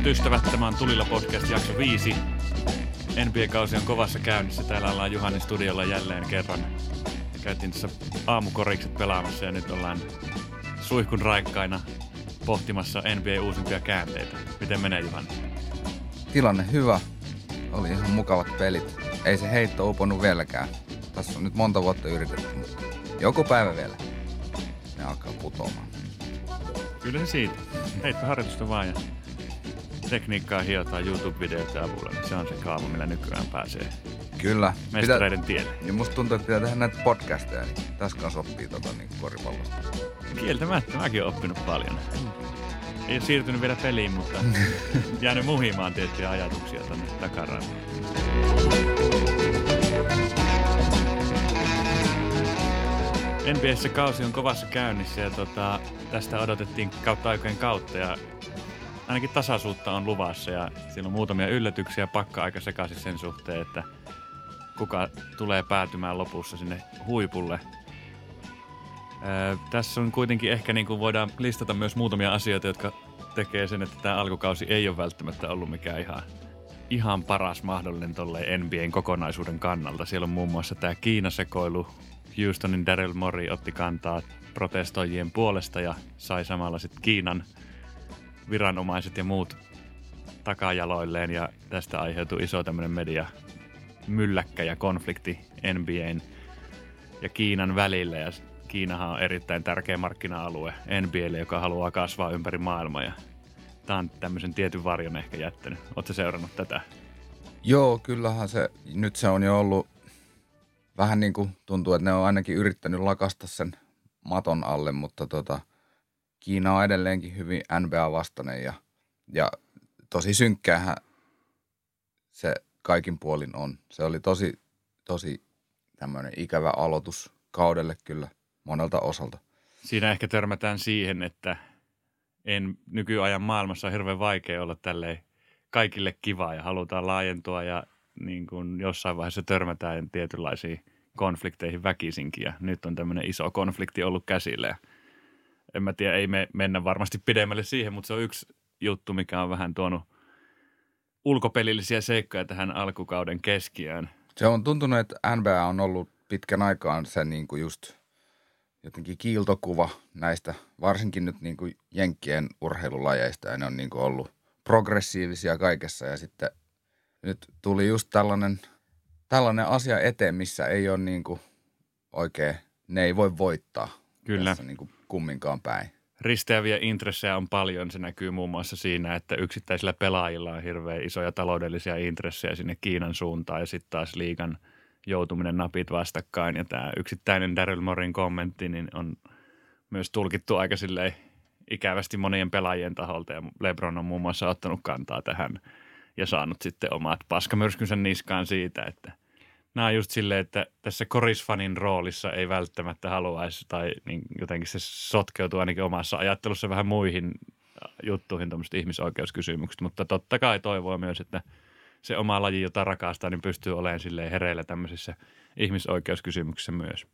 Hyvät ystävät, tämä on Tulilla podcast jakso 5. NBA-kausi on kovassa käynnissä. Täällä ollaan Juhanin studiolla jälleen kerran. Käytiin tässä aamukorikset pelaamassa ja nyt ollaan suihkun raikkaina pohtimassa NBA uusimpia käänteitä. Miten menee, Juhani? Tilanne hyvä. Oli ihan mukavat pelit. Ei se heitto uponnut vieläkään. Tässä on nyt monta vuotta yritetty, mutta joku päivä vielä ne alkaa putoamaan. Kyllä se siitä. Heittoharjoitusta vaan ja tekniikkaa hiotaan YouTube-videoiden avulla. Se on se kaava, millä nykyään pääsee Kyllä. mestareiden tielle. Ja musta tuntuu, että pitää tehdä näitä podcasteja, niin tässä kanssa oppii niin koripallosta. Kieltämättä, mäkin olen oppinut paljon. Ei ole siirtynyt vielä peliin, mutta jäänyt muhimaan tiettyjä ajatuksia tänne takaraan. NBA:ssä kausi on kovassa käynnissä ja tästä odotettiin kautta aikojen kautta ja ainakin tasaisuutta on luvassa ja siellä on muutamia yllätyksiä pakka aika sekaisin sen suhteen, että kuka tulee päätymään lopussa sinne huipulle. Tässä on kuitenkin ehkä niin kuin voidaan listata myös muutamia asioita, jotka tekee sen, että tämä alkukausi ei ole välttämättä ollut mikään ihan paras mahdollinen tolleen NBA:n kokonaisuuden kannalta. Siellä on muun muassa tämä Kiina-sekoilu. Houstonin Daryl Morey otti kantaa protestoijien puolesta ja sai samalla sitten Kiinan viranomaiset ja muut takajaloilleen ja tästä aiheutui iso tämmöinen mediamylläkkä ja konflikti NBA:n ja Kiinan välillä ja Kiinahan on erittäin tärkeä markkina-alue NBA:lle, joka haluaa kasvaa ympäri maailmaa ja tää on tämmöisen tietyn varjon ehkä jättänyt. Ootko seurannut tätä? Joo, kyllähän nyt se on jo ollut vähän niin kuin tuntuu, että ne on ainakin yrittänyt lakasta sen maton alle, mutta Kiina on edelleenkin hyvin NBA-vastainen ja tosi synkkäähän se kaikin puolin on. Se oli tosi tämmöinen ikävä aloitus kaudelle kyllä monelta osalta. Siinä ehkä törmätään siihen, että nykyajan maailmassa on hirveän vaikea olla tälleen kaikille kivaa ja halutaan laajentua ja niin kuin jossain vaiheessa törmätään tietynlaisiin konflikteihin väkisinkin ja nyt on tämmöinen iso konflikti ollut käsillä ja en mä tiedä, ei me mennä varmasti pidemmälle siihen, mutta se on yksi juttu, mikä on vähän tuonut ulkopelillisiä seikkoja tähän alkukauden keskiöön. Se on tuntunut, että NBA on ollut pitkän aikaan se niin kuin just jotenkin kiiltokuva näistä, varsinkin nyt niin kuin jenkkien urheilulajeista ja ne on niin kuin ollut progressiivisia kaikessa ja sitten nyt tuli just tällainen asia eteen, missä ei ole niin kuin oikein, ne ei voi voittaa. Kyllä. Tässä niin kuin kumminkaan päin. Risteäviä intressejä on paljon. Se näkyy muun muassa siinä, että yksittäisillä pelaajilla on hirveän isoja taloudellisia intressejä sinne Kiinan suuntaan ja sitten taas liigan joutuminen napit vastakkain. Ja tämä yksittäinen Daryl Moreyn kommentti niin on myös tulkittu aika silleen ikävästi monien pelaajien taholta ja LeBron on muun muassa ottanut kantaa tähän ja saanut sitten omat paskamyrskynsä niskaan siitä, että nämä on just silleen, että tässä korisfanin roolissa ei välttämättä haluaisi tai niin jotenkin se sotkeutuu ainakin omassa ajattelussa vähän muihin juttuihin, tämmöiset ihmisoikeuskysymykset, mutta totta kai toivoo myös, että se oma laji, jota rakastaa, niin pystyy olemaan silleen hereillä tämmöisissä ihmisoikeuskysymyksissä myös.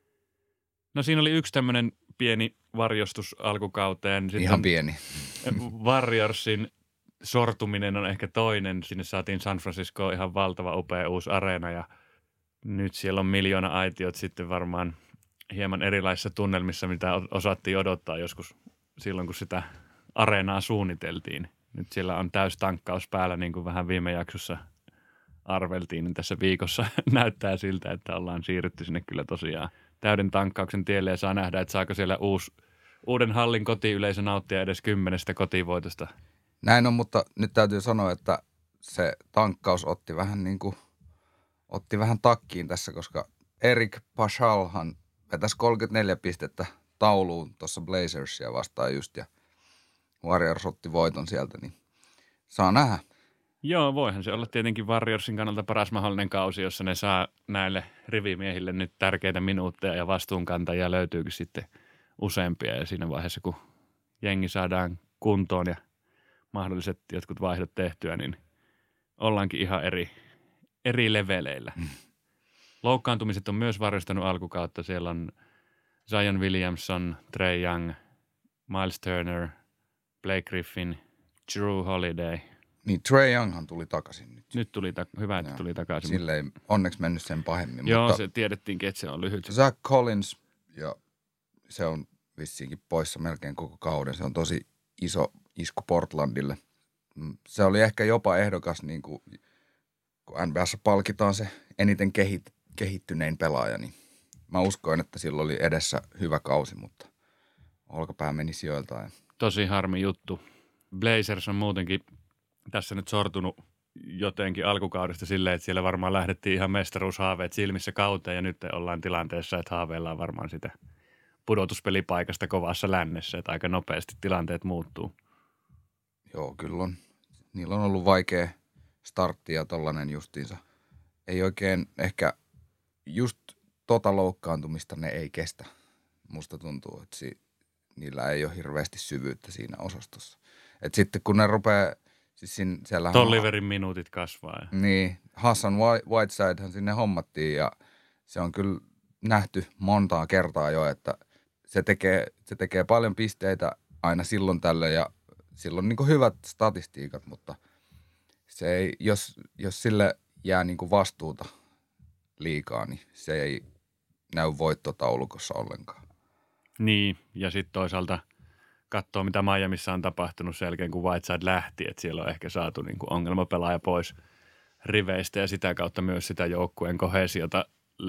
No siinä oli yksi tämmöinen pieni varjostus alkukauteen. Sitten ihan pieni. Warriorsin sortuminen on ehkä toinen. Sinne saatiin San Franciscoon ihan valtava upea uusi areena ja nyt siellä on miljoona aitiot sitten varmaan hieman erilaisissa tunnelmissa, mitä osattiin odottaa joskus silloin, kun sitä areenaa suunniteltiin. Nyt siellä on täys tankkaus päällä, niin kuin vähän viime jaksossa arveltiin, niin tässä viikossa näyttää siltä, että ollaan siirrytty sinne kyllä tosiaan täyden tankkauksen tielle ja saa nähdä, että saako siellä uuden hallin kotiyleisö nauttia edes 10 kotivoitosta. Näin on, mutta nyt täytyy sanoa, että se tankkaus otti vähän takkiin tässä, koska Eric Paschalhan vetäisi 34 pistettä tauluun tuossa Blazersia vastaan just ja Warriors otti voiton sieltä, niin saa nähdä. Joo, voihan se olla tietenkin Warriorsin kannalta paras mahdollinen kausi, jossa ne saa näille rivimiehille nyt tärkeitä minuutteja ja vastuunkantajia löytyykin sitten useampia ja siinä vaiheessa, kun jengi saadaan kuntoon ja mahdolliset jotkut vaihdot tehtyä, niin ollaankin ihan eri leveleillä. Loukkaantumiset on myös varjostanut alkukautta. Siellä on Zion Williamson, Trae Young, Miles Turner, Blake Griffin, Drew Holiday. Niin Trae Younghan tuli takaisin nyt. Nyt tuli hyvä, että tuli takaisin. Sille ei onneksi mennyt sen pahemmin. Joo, mutta se tiedettiinkin, että se on lyhyt. Zach Collins, ja se on vissiinkin poissa melkein koko kauden. Se on tosi iso isku Portlandille. Se oli ehkä jopa ehdokas, niin kuin, kun NBA:ssa palkitaan se eniten kehittynein pelaaja, niin mä uskoin, että sillä oli edessä hyvä kausi, mutta olkapää meni sijoiltaan. Tosi harmi juttu. Blazers on muutenkin tässä nyt sortunut jotenkin alkukaudesta silleen, että siellä varmaan lähdettiin ihan mestaruushaaveet silmissä kauteen ja nyt ollaan tilanteessa, että haaveillaan varmaan sitä pudotuspelipaikasta kovassa lännessä, että aika nopeasti tilanteet muuttuu. Joo, kyllä on. Niillä on ollut vaikea startti ja tollainen justiinsa. Ei oikein ehkä just loukkaantumista ne ei kestä. Musta tuntuu, että niillä ei ole hirveästi syvyyttä siinä osastossa. Et sitten kun ne rupeaa, siis siellä Tolliverin minuutit kasvaa. Niin, Hassan Whitesidehan sinne hommattiin ja se on kyllä nähty montaa kertaa jo, että se tekee paljon pisteitä aina silloin tällöin ja sillä on niin kuin hyvät statistiikat, mutta se ei, jos sille jää niin kuin vastuuta liikaa, niin se ei näy voittotaulukossa ollenkaan. Niin, ja sitten toisaalta katsoo, mitä Miamiissa on tapahtunut sen jälkeen, kun Whiteside lähti, että siellä on ehkä saatu niin kuin ongelmapelaaja pois riveistä ja sitä kautta myös sitä joukkueen koheesiota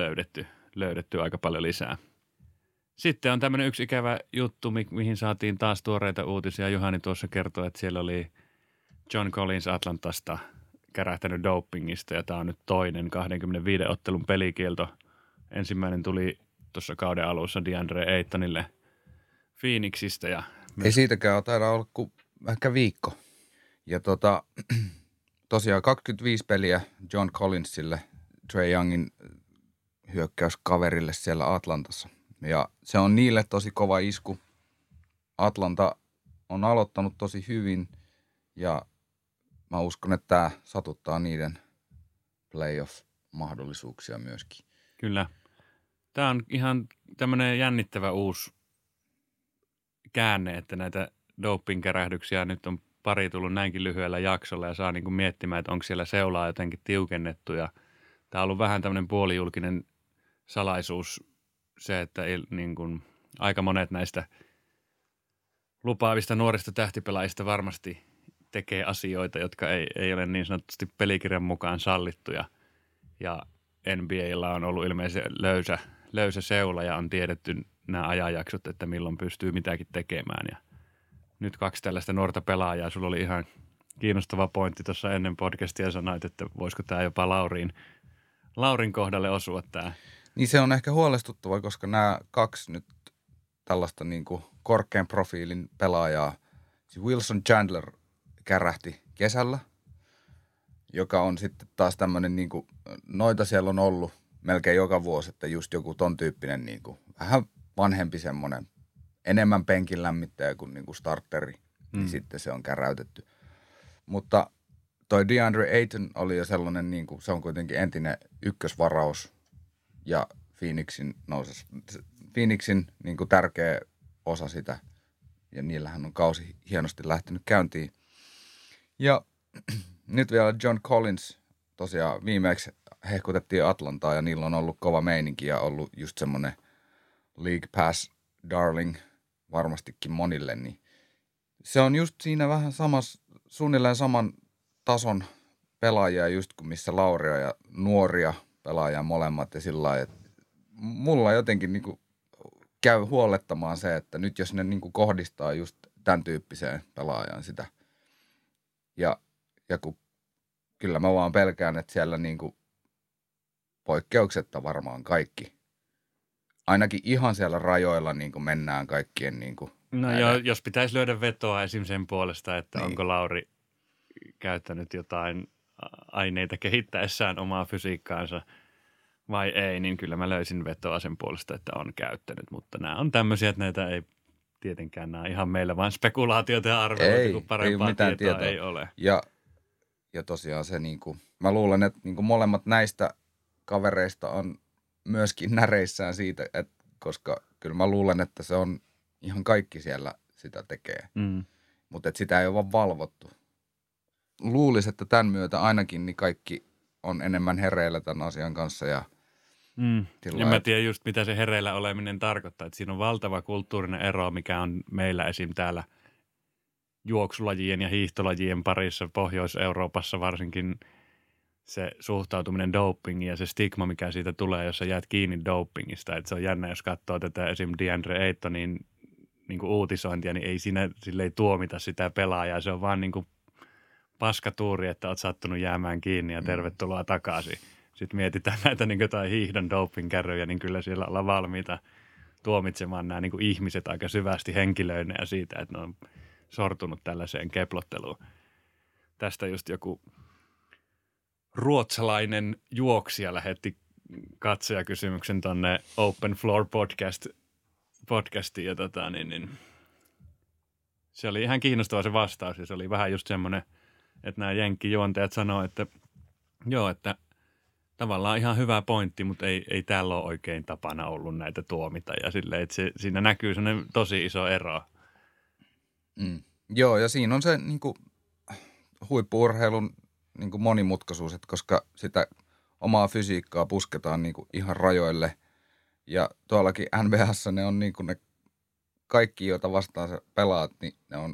löydetty aika paljon lisää. Sitten on tämmöinen yksi ikävä juttu, mihin saatiin taas tuoreita uutisia. Juhani tuossa kertoi, että siellä oli John Collins Atlantasta kärähtänyt dopingista ja tämä on nyt toinen 25 ottelun pelikielto. Ensimmäinen tuli tuossa kauden alussa DeAndre Aytonille Phoenixistä. Ja ei siitäkään ole taida olla kuin ehkä viikko. Ja tosiaan 25 peliä John Collinsille, Trae Youngin hyökkäyskaverille siellä Atlantassa. Ja se on niille tosi kova isku. Atlanta on aloittanut tosi hyvin ja mä uskon, että tämä satuttaa niiden playoff-mahdollisuuksia myöskin. Kyllä. Tämä on ihan tämmöinen jännittävä uusi käänne, että näitä doping-kärähdyksiä nyt on pari tullut näinkin lyhyellä jaksolla ja saa niin kuin miettimään, että onko siellä seulaa jotenkin tiukennettu. Ja tämä on ollut vähän tämmöinen puolijulkinen salaisuus se, että niin kuin aika monet näistä lupaavista nuorista tähtipelaajista varmasti tekee asioita, jotka ei ole niin sanotusti pelikirjan mukaan sallittuja. Ja NBA:lla on ollut ilmeisesti löysä seula ja on tiedetty nämä ajanjaksot, että milloin pystyy mitäkin tekemään. Ja nyt 2 tällaista nuorta pelaajaa. Sulla oli ihan kiinnostava pointti tuossa ennen podcastia ja sanoit, että voisiko tämä jopa Laurin kohdalle osua tämä. Niin se on ehkä huolestuttava, koska nämä 2 nyt tällaista niin kuin korkean profiilin pelaajaa, siis Wilson Chandler kärähti kesällä, joka on sitten taas tämmöinen, niin kuin, noita siellä on ollut melkein joka vuosi, että just joku ton tyyppinen niin kuin, vähän vanhempi semmoinen, enemmän penkin lämmittäjä kuin, niin kuin starteri, niin sitten se on käräytetty. Mutta toi DeAndre Ayton oli jo sellainen, niin kuin, se on kuitenkin entinen ykkösvaraus ja Phoenixin niin kuin tärkeä osa sitä ja niillähän on kausi hienosti lähtenyt käyntiin. Ja nyt vielä John Collins, tosiaan viimeksi hehkutettiin Atlantaa ja niillä on ollut kova meininki ja ollut just semmoinen League Pass darling varmastikin monille, niin se on just siinä vähän suunnilleen saman tason pelaajia just kuin missä Lauria ja nuoria pelaajia molemmat ja sillä lailla, että mulla jotenkin niinku käy huolettamaan se, että nyt jos ne niinku kohdistaa just tämän tyyppiseen pelaajaan sitä ja kun kyllä mä vaan pelkään, että siellä niinku poikkeuksetta varmaan kaikki, ainakin ihan siellä rajoilla niinku mennään kaikkien niinku. No joo, jos pitäisi löydä vetoa esim. Sen puolesta, että niin. Onko Lauri käyttänyt jotain aineita kehittäessään omaa fysiikkaansa vai ei, niin kyllä mä löysin vetoa sen puolesta, että on käyttänyt. Mutta nämä on tämmöisiä, että näitä ei tietenkään nämä ihan meillä vaan spekulaatioita ja arveluita, kun parempaa tietoa ei ole. Ja tosiaan se niinku, mä luulen, että niinku molemmat näistä kavereista on myöskin näreissään siitä, että koska kyllä mä luulen, että se on ihan kaikki siellä sitä tekee. mutta sitä ei ole vaan valvottu. Luulisi, että tämän myötä ainakin niin kaikki on enemmän hereillä tämän asian kanssa. Ja mä tiedän just, mitä se hereillä oleminen tarkoittaa. Että siinä on valtava kulttuurinen ero, mikä on meillä esim. Täällä juoksulajien ja hiihtolajien parissa Pohjois-Euroopassa varsinkin se suhtautuminen dopingiin ja se stigma, mikä siitä tulee, jos sä jäät kiinni dopingista. Että se on jännä, jos katsoo tätä esim. DeAndre Aytonin niin kuin uutisointia, niin ei sille ei tuomita sitä pelaajaa. Se on vaan niin kuin paskatuuri, että oot sattunut jäämään kiinni ja tervetuloa takaisin. Sitten mietitään näitä niin jotain hiihdon doping-kärryjä, niin kyllä siellä ollaan valmiita tuomitsemaan nämä niin kuin ihmiset aika syvästi henkilöineen siitä, että ne on sortunut tällaiseen keplotteluun. Tästä just joku ruotsalainen juoksija lähetti katsojakysymyksen tonne Open Floor podcastiin ja se oli ihan kiinnostava se vastaus ja se oli vähän just semmoinen, että nämä jenkkijuontajat sanoo, että joo, että tavallaan ihan hyvä pointti, mutta ei täällä ole oikein tapana ollut näitä tuomita ja silleen, että siinä näkyy sellainen tosi iso ero. Joo, ja siinä on se niin kuin huippu-urheilun niin kuin monimutkaisuus, että koska sitä omaa fysiikkaa pusketaan niin kuin ihan rajoille ja tuollakin NBA:ssa ne on niin kuin ne kaikki, joita vastaan sä pelaat, niin ne on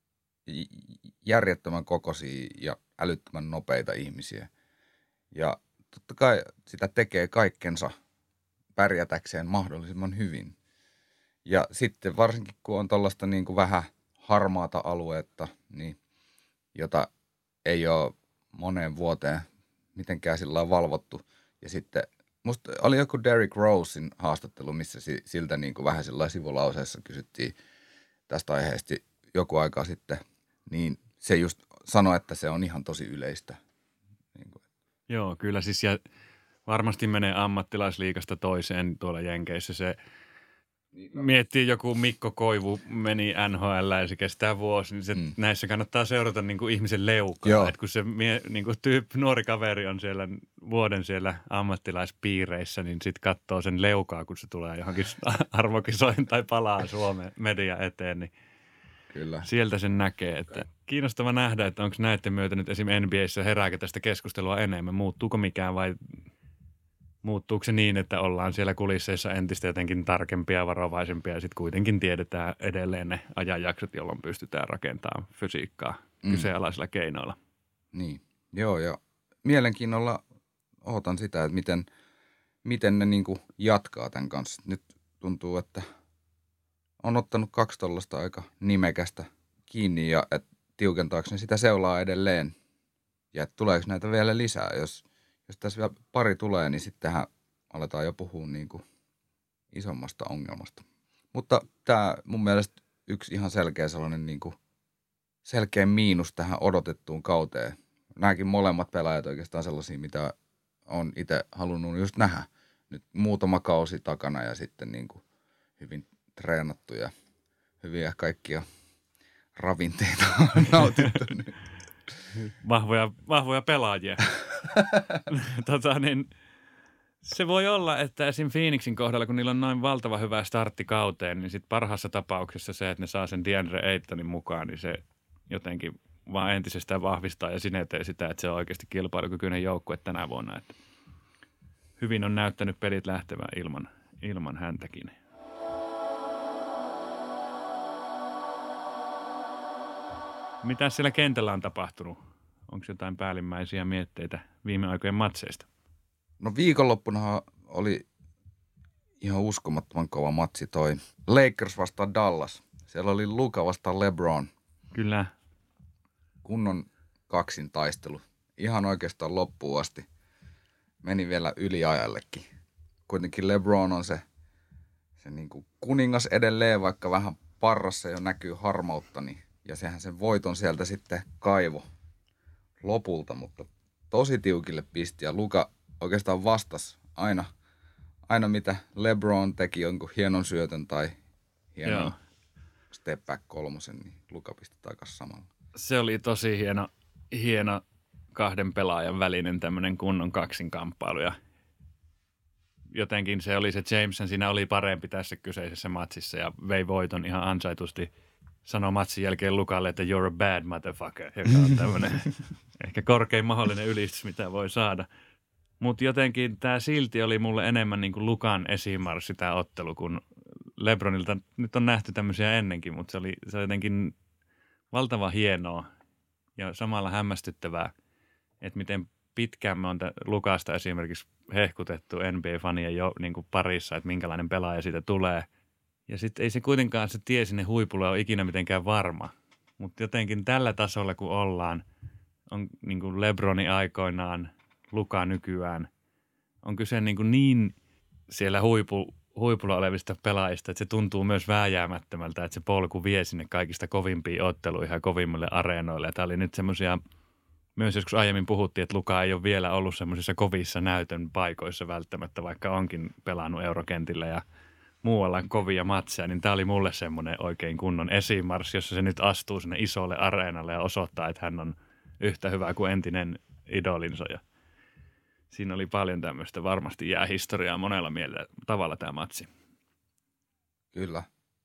järjettömän kokoisia ja älyttömän nopeita ihmisiä. Ja totta kai sitä tekee kaikkensa pärjätäkseen mahdollisimman hyvin. Ja sitten varsinkin, kun on tuollaista niin kuin vähän harmaata aluetta, niin, jota ei ole moneen vuoteen mitenkään sillä lailla valvottu. Ja sitten musta oli joku Derrick Rosein haastattelu, missä siltä niin kuin vähän sillä sivulauseessa kysyttiin tästä aiheesta joku aika sitten, niin se just sanoi, että se on ihan tosi yleistä. Niin kuin. Joo, kyllä siis ja varmasti menee ammattilaisliigasta toiseen tuolla Jenkeissä. Se miettii joku Mikko Koivu meni NHL ja se kestää vuosi, niin se, näissä kannattaa seurata niin kuin ihmisen leukaa. Että kun se niin kuin nuori kaveri on siellä vuoden siellä ammattilaispiireissä, niin sitten katsoo sen leukaa, kun se tulee johonkin arvokisoihin tai palaa Suomen media eteen, niin kyllä. Sieltä sen näkee. Että kiinnostava nähdä, että onko näiden myötä nyt esim. NBA:ssä herääkö tästä keskustelua enemmän. Muuttuuko mikään vai muuttuuko se niin, että ollaan siellä kulisseissa entistä jotenkin tarkempia ja varovaisempia ja sitten kuitenkin tiedetään edelleen ne ajanjaksot, jolloin pystytään rakentamaan fysiikkaa kyseenalaisilla keinoilla. Niin, joo ja mielenkiinnolla odotan sitä, että miten ne niinku jatkaa tämän kanssa. Nyt tuntuu, että on ottanut 2 tollaista aika nimekästä kiinni ja tiukentaako ne sitä seulaa edelleen ja että tuleeko näitä vielä lisää, jos tässä vielä pari tulee, niin sittenhän aletaan jo puhua niin kuin isommasta ongelmasta. Mutta tämä mun mielestä yksi ihan selkeä sellainen niin kuin selkeä miinus tähän odotettuun kauteen. Nämäkin molemmat pelaajat oikeastaan sellaisia, mitä on itse halunnut just nähdä. Nyt muutama kausi takana ja sitten niin kuin hyvin treenattu ja hyviä kaikkia ravinteita on nautittu. Vahvoja pelaajia. Se voi olla, että esim. Phoenixin kohdalla, kun niillä on noin valtava hyvä startti kauteen, niin sit parhaassa tapauksessa se, että ne saa sen DeAndre Aytonin mukaan, niin se jotenkin vaan entisestään vahvistaa ja sinetöi sitä, että se on oikeasti kilpailukykyinen joukkue tänä vuonna. Että hyvin on näyttänyt pelit lähtevän ilman häntäkin. Mitä siellä kentällä on tapahtunut? Onko jotain päällimmäisiä mietteitä viime aikojen matseista? No viikonloppunahan oli ihan uskomattoman kova matsi toi Lakers vastaan Dallas. Siellä oli Luka vastaan LeBron. Kyllä. Kunnon kaksintaistelu. Ihan oikeastaan loppuun asti. Meni vielä yliajallekin. Kuitenkin LeBron on se niin kuin kuningas edelleen, vaikka vähän parrassa jo näkyy harmautta, niin, ja sehän sen voiton sieltä sitten kaivo lopulta, mutta tosi tiukille pisti ja Luka oikeastaan vastasi aina mitä LeBron teki jonkun hienon syötön tai hienon step back 3, niin Luka pisti takaisin samalla. Se oli tosi hieno 2 pelaajan välinen tämmöinen kunnon kaksinkamppailu ja jotenkin se oli se Jameson, siinä oli parempi tässä kyseisessä matsissa ja vei voiton ihan ansaitusti sanoi matsin jälkeen Lukalle, että you're a bad motherfucker, joka on tämmöinen ehkä korkein mahdollinen ylistys, mitä voi saada. Mutta jotenkin tämä silti oli mulle enemmän niin kuin Lukan esimarssi tämä ottelu, kun LeBronilta nyt on nähty tämmöisiä ennenkin, mutta se oli jotenkin valtavan hienoa ja samalla hämmästyttävää, että miten pitkään me on Lukasta esimerkiksi hehkutettu NBA-fanien jo niin kuin parissa, että minkälainen pelaaja siitä tulee. Ja sitten ei se kuitenkaan se tie sinne huipulle ole ikinä mitenkään varma. Mutta jotenkin tällä tasolla kun ollaan, on niin kuin LeBroni aikoinaan, Luka nykyään, on kyse niin siellä huipulla olevista pelaajista, että se tuntuu myös vääjäämättömältä, että se polku vie sinne kaikista kovimpiin otteluihin ja kovimmille areenoille. Ja tämä oli nyt semmoisia, myös joskus aiemmin puhuttiin, että Luka ei ole vielä ollut semmoisissa kovissa näytön paikoissa välttämättä, vaikka onkin pelannut eurokentillä ja muualla kovia matseja, niin tämä oli mulle semmoinen oikein kunnon esimarssi, jossa se nyt astuu sinne isolle areenalle ja osoittaa, että hän on yhtä hyvä kuin entinen idolinsa. Ja siinä oli paljon tämmöistä, varmasti jää historiaa monella tavalla tämä matsi. Kyllä.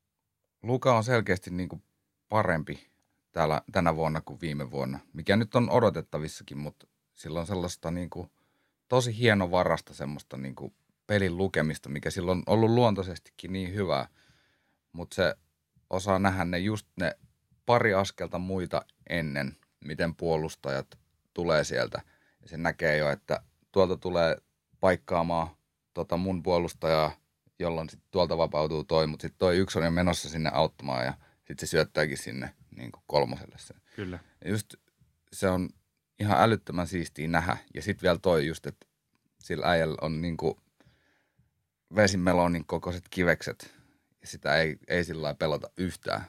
Luka on selkeästi niin kuin parempi tänä vuonna kuin viime vuonna, mikä nyt on odotettavissakin, mutta sillä on sellaista niin kuin tosi hienovarasta semmoista niin kuin pelin lukemista, mikä silloin on ollut luontaisestikin niin hyvää, mutta se osaa nähdä ne pari askelta muita ennen, miten puolustajat tulee sieltä. Ja se näkee jo, että tuolta tulee paikkaamaan mun puolustajaa, jolloin sit tuolta vapautuu toi, mutta sitten toi yksi on jo menossa sinne auttamaan ja sitten se syöttääkin sinne niin kuin kolmoselle sen. Kyllä. Ja just se on ihan älyttömän siistiä nähdä. Ja sitten vielä toi just, että sillä äijällä on niin kuin vesimelonin kokoiset kivekset ja sitä ei sillä lailla pelata yhtään.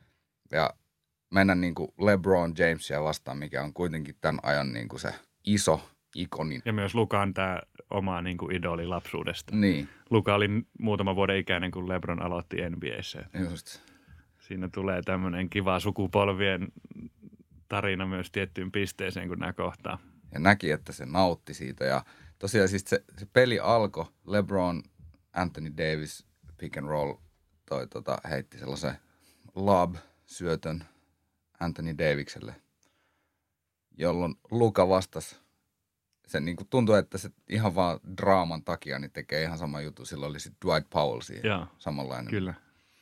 Ja mennä niin kuin LeBron Jamesia vastaan, mikä on kuitenkin tämän ajan niin kuin se iso ikoni. Ja myös Lukan tämä oma niin kuin idoli lapsuudesta. Niin. Luka oli muutaman vuoden ikäinen, kun LeBron aloitti NBA:ssä. Just. Siinä tulee tämmöinen kiva sukupolvien tarina myös tiettyyn pisteeseen, kun nämä kohtaa. Ja näki, että se nautti siitä. Ja tosiaan siis se peli alkoi. LeBron, Anthony Davis, pick and roll, heitti sellaisen lob-syötön Anthony Davikselle, jolloin Luka vastasi. Se niin kuin tuntui, että se ihan vaan draaman takia niin tekee ihan sama juttu. Silloin oli sitten Dwight Powell siihen samanlainen. Kyllä.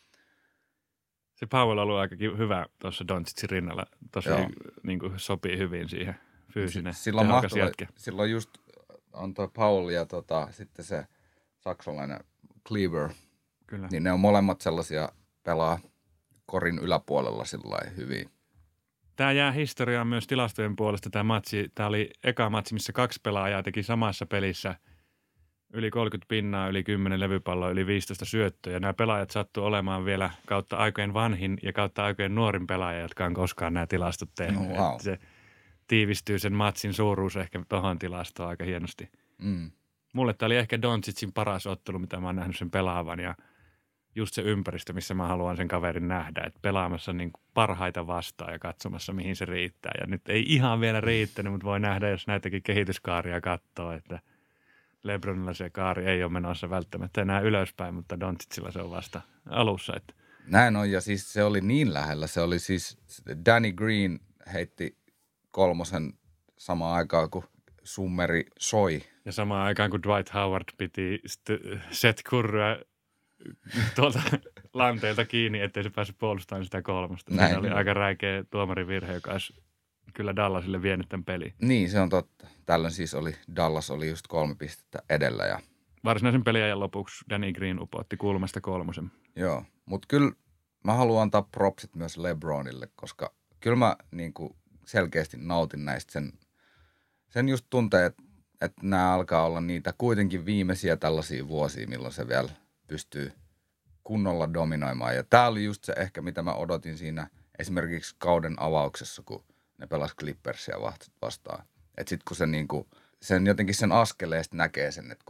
Se Powell on ollut aika hyvä tuossa Doncicin rinnalla. Tosi niin kuin sopii hyvin siihen fyysinen tehokas jätkä. Silloin just on toi Powell ja sitten se saksalainen Cleaver. Kyllä. Niin ne on molemmat sellaisia pelaa korin yläpuolella sillain hyvin. Tämä jää historiaan myös tilastojen puolesta tämä matsi. Tämä oli eka matsi, missä 2 pelaajaa teki samassa pelissä yli 30 pinnaa, yli 10 levypalloa, yli 15 syöttöä. Nämä pelaajat sattuu olemaan vielä kautta aikojen vanhin ja kautta aikojen nuorin pelaaja, jotka on koskaan nämä tilastot tehnyt. No, wow. Se tiivistyy sen matsin suuruus ehkä tuohon tilastoon aika hienosti. Mm. Mulle tämä oli ehkä Doncicin paras ottelu, mitä mä oon nähnyt sen pelaavan ja just se ympäristö, missä mä haluan sen kaverin nähdä, että pelaamassa niin parhaita vastaan ja katsomassa, mihin se riittää. Ja nyt ei ihan vielä riittänyt, mutta voi nähdä, jos näitäkin kehityskaaria katsoo, että LeBronilla se kaari ei ole menossa välttämättä enää ylöspäin, mutta Doncicilla se on vasta alussa. Että. Näin on, ja siis se oli niin lähellä. Se oli siis, Danny Green heitti 3 samaan aikaan, kun summeri soi. Ja samaan aikaan, kun Dwight Howard piti Seth Curryä tuolta lanteelta kiinni, ettei se päässyt puolustamaan sitä 3. Siinä oli aika räikeä tuomarivirhe, joka olisi kyllä Dallasille vienyt tämän peliin. Niin, se on totta. Tällöin siis Dallas oli just 3 pistettä edellä. Ja varsinaisen peliajan lopuksi Danny Green upotti kulmasta 3. Joo, mutta kyllä mä haluan antaa propsit myös LeBronille, koska kyllä mä niin kuin selkeästi nautin näistä. Sen just tuntee, että nämä alkaa olla niitä kuitenkin viimeisiä tällaisia vuosia, milloin se vielä pystyy kunnolla dominoimaan. Ja tää oli just se ehkä, mitä mä odotin siinä esimerkiksi kauden avauksessa, kun ne pelas Clippersia vastaan. Että sit kun se niinku, sen jotenkin sen askeleesta näkee sen, että